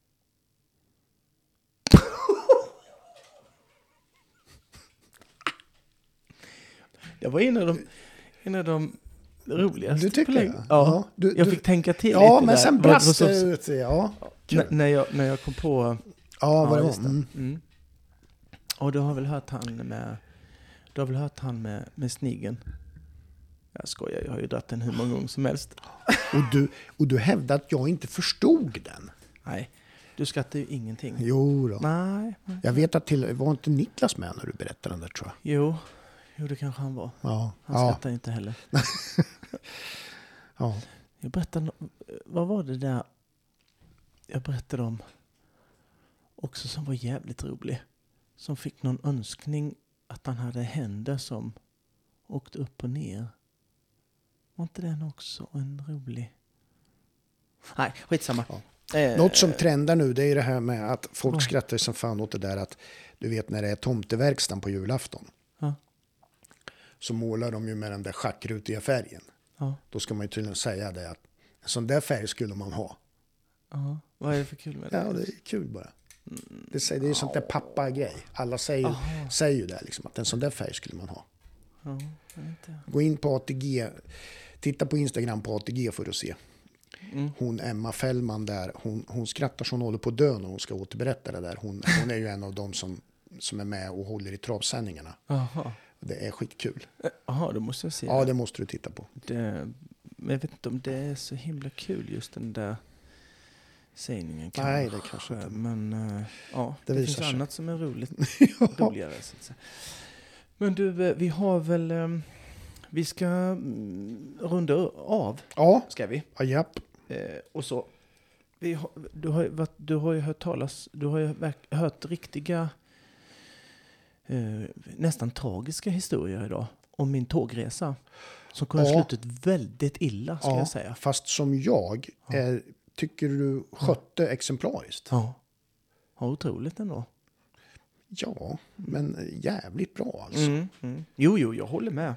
S1: Det var en av de, en av de roligaste.
S2: Du tycker
S1: på länge.
S2: det?
S1: Ja.
S2: Ja, du-
S1: jag
S2: du-
S1: fick tänka till
S2: Ja,
S1: lite
S2: men
S1: där.
S2: sen
S1: Vad-
S2: brast
S1: vad som-
S2: det ut. Ja,
S1: N- när, jag, när jag kom på...
S2: ja vad det var.
S1: just det.
S2: Mm.
S1: Mm. Och du har väl hört han med... Du har väl hört han med, med snigen? Jag skojar, jag har ju dratt den hur många gånger som helst.
S2: Och du, och du hävdade att jag inte förstod den.
S1: Nej, du skrattar ju ingenting.
S2: Jo då.
S1: Nej.
S2: Jag vet att till, var inte Niklas med när du berättade den där, tror jag?
S1: Jo, jo det kanske han var.
S2: Ja.
S1: Han
S2: ja.
S1: skrattar inte heller.
S2: ja.
S1: Jag berättade, vad var det där jag berättade om också som var jävligt rolig. Som fick någon önskning att han hade händer som åkte upp och ner. Var inte den också en rolig? Nej, skitsamma.
S2: Ja.
S1: Eh,
S2: Något som trendar nu, det är det här med att folk
S1: Ja.
S2: skrattar som fan åt det där att du vet när det är tomteverkstan på julafton.
S1: Ja.
S2: Så målar de ju med den där schackrutiga färgen.
S1: Ja.
S2: Då ska man ju tydligen säga det att en sån där färg skulle man ha.
S1: Ja. Vad är det för kul med det?
S2: Ja, det är kul bara. Det, säger, det är ju sånt där pappa-grej. Alla säger,
S1: Aha.
S2: säger ju det liksom, att en sån där färg skulle man ha.
S1: Ja, jag vet inte.
S2: Gå in på A T G, titta på Instagram på A T G för att se.
S1: Mm.
S2: Hon Emma Fällman där, hon, hon skrattar så hon håller på att dö när hon ska återberätta det där. Hon, hon är ju en av dem som, som är med och håller i travsändningarna.
S1: Jaha.
S2: Det är skitkul.
S1: Jaha, då måste jag se.
S2: Ja, det måste du titta på.
S1: Det, men jag vet inte om det är så himla kul just den där sägningen. Kanske.
S2: Nej, det kanske inte.
S1: Men uh, ja,
S2: Det
S1: det,
S2: visar
S1: finns
S2: sig.
S1: annat som är roligt. roligare. Så att säga. Men du, eh, vi har väl... Um, vi ska mm, runda av,
S2: Ja,
S1: ska vi.
S2: ja japp.
S1: Eh, och så. Vi har, du, har ju varit, du har ju hört talas... Du har ju verk, hört riktiga... Eh, nästan tragiska historier idag om min tågresa. Som kunde ha
S2: Ja.
S1: slutat väldigt illa, ska
S2: Ja,
S1: jag säga.
S2: fast som jag
S1: Ja.
S2: är, tycker du skötte exemplariskt.
S1: Ja. Ja, otroligt ändå.
S2: Ja, men jävligt bra alltså.
S1: Mm, mm. Jo, jo, jag håller med.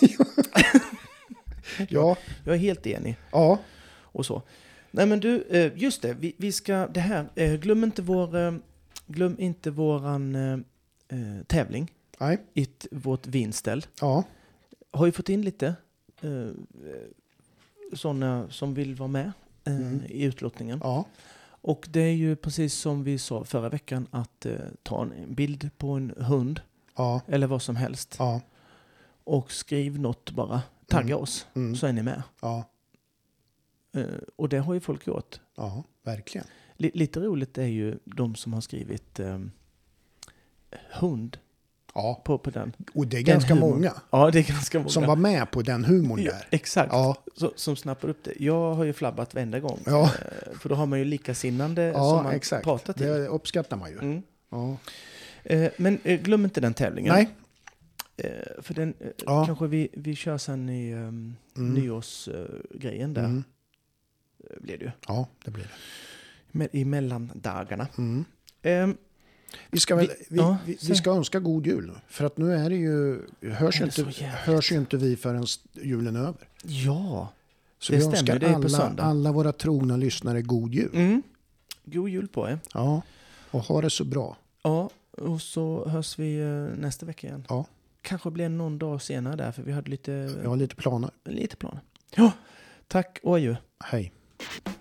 S2: Ja,
S1: Jag är helt enig.
S2: ja,
S1: Och så. Nej, men du, eh, just det. Vi, vi ska, det här, eh, glöm inte vår, eh, glöm inte våran eh, eh, tävling.
S2: nej,
S1: I ett, vårt vinställ.
S2: ja,
S1: Har ju fått in lite eh, sådana som vill vara med eh,
S2: Mm.
S1: i utlottningen.
S2: ja,
S1: Och det är ju precis som vi sa förra veckan att eh, ta en bild på en hund
S2: ja,
S1: eller vad som helst
S2: ja,
S1: och skriv något bara. Tagga
S2: Mm.
S1: oss
S2: mm,
S1: så är ni med.
S2: ja,
S1: Eh, och det har ju folk gjort.
S2: ja, verkligen.
S1: L- lite roligt är ju de som har skrivit eh, hund
S2: Ja,
S1: på, på den.
S2: och det är
S1: Den
S2: ganska
S1: humorn.
S2: många
S1: Ja, det är ganska många.
S2: som var med på den humorn
S1: Ja,
S2: där.
S1: exakt.
S2: Ja,
S1: Så, som snappar upp det. Jag har ju flabbat varenda gång.
S2: Ja.
S1: Eh, För då har man ju likasinnande
S2: ja
S1: som man
S2: exakt.
S1: pratar till.
S2: Det uppskattar man ju.
S1: Mm.
S2: Ja.
S1: Eh, Men eh, glöm inte den tävlingen.
S2: Nej,
S1: Eh, För den eh,
S2: Ja.
S1: kanske vi, vi kör sen i um,
S2: Mm.
S1: nyårsgrejen där.
S2: mm,
S1: eh, Blir det ju.
S2: ja, det blir det.
S1: Med, I mellandagarna.
S2: Mm.
S1: Eh,
S2: Vi ska, väl,
S1: Vi-
S2: vi,
S1: ja,
S2: vi,
S1: säg.
S2: vi ska önska god jul nu. För att nu är det ju, hörs,
S1: Är
S2: ju
S1: det så
S2: inte,
S1: jävligt?
S2: hörs ju inte vi förrän julen är över.
S1: ja.
S2: Så
S1: Det
S2: vi
S1: stämmer,
S2: önskar
S1: det är på
S2: alla,
S1: söndag.
S2: alla våra trogna lyssnare god jul.
S1: Mm. God jul på er.
S2: Ja, och ha det så bra.
S1: Ja, och så hörs vi eh, nästa vecka igen.
S2: Ja.
S1: Kanske blir någon dag senare där, för vi hade lite,
S2: Jag har lite planer.
S1: lite planer. Ja, tack och adjö.
S2: Hej.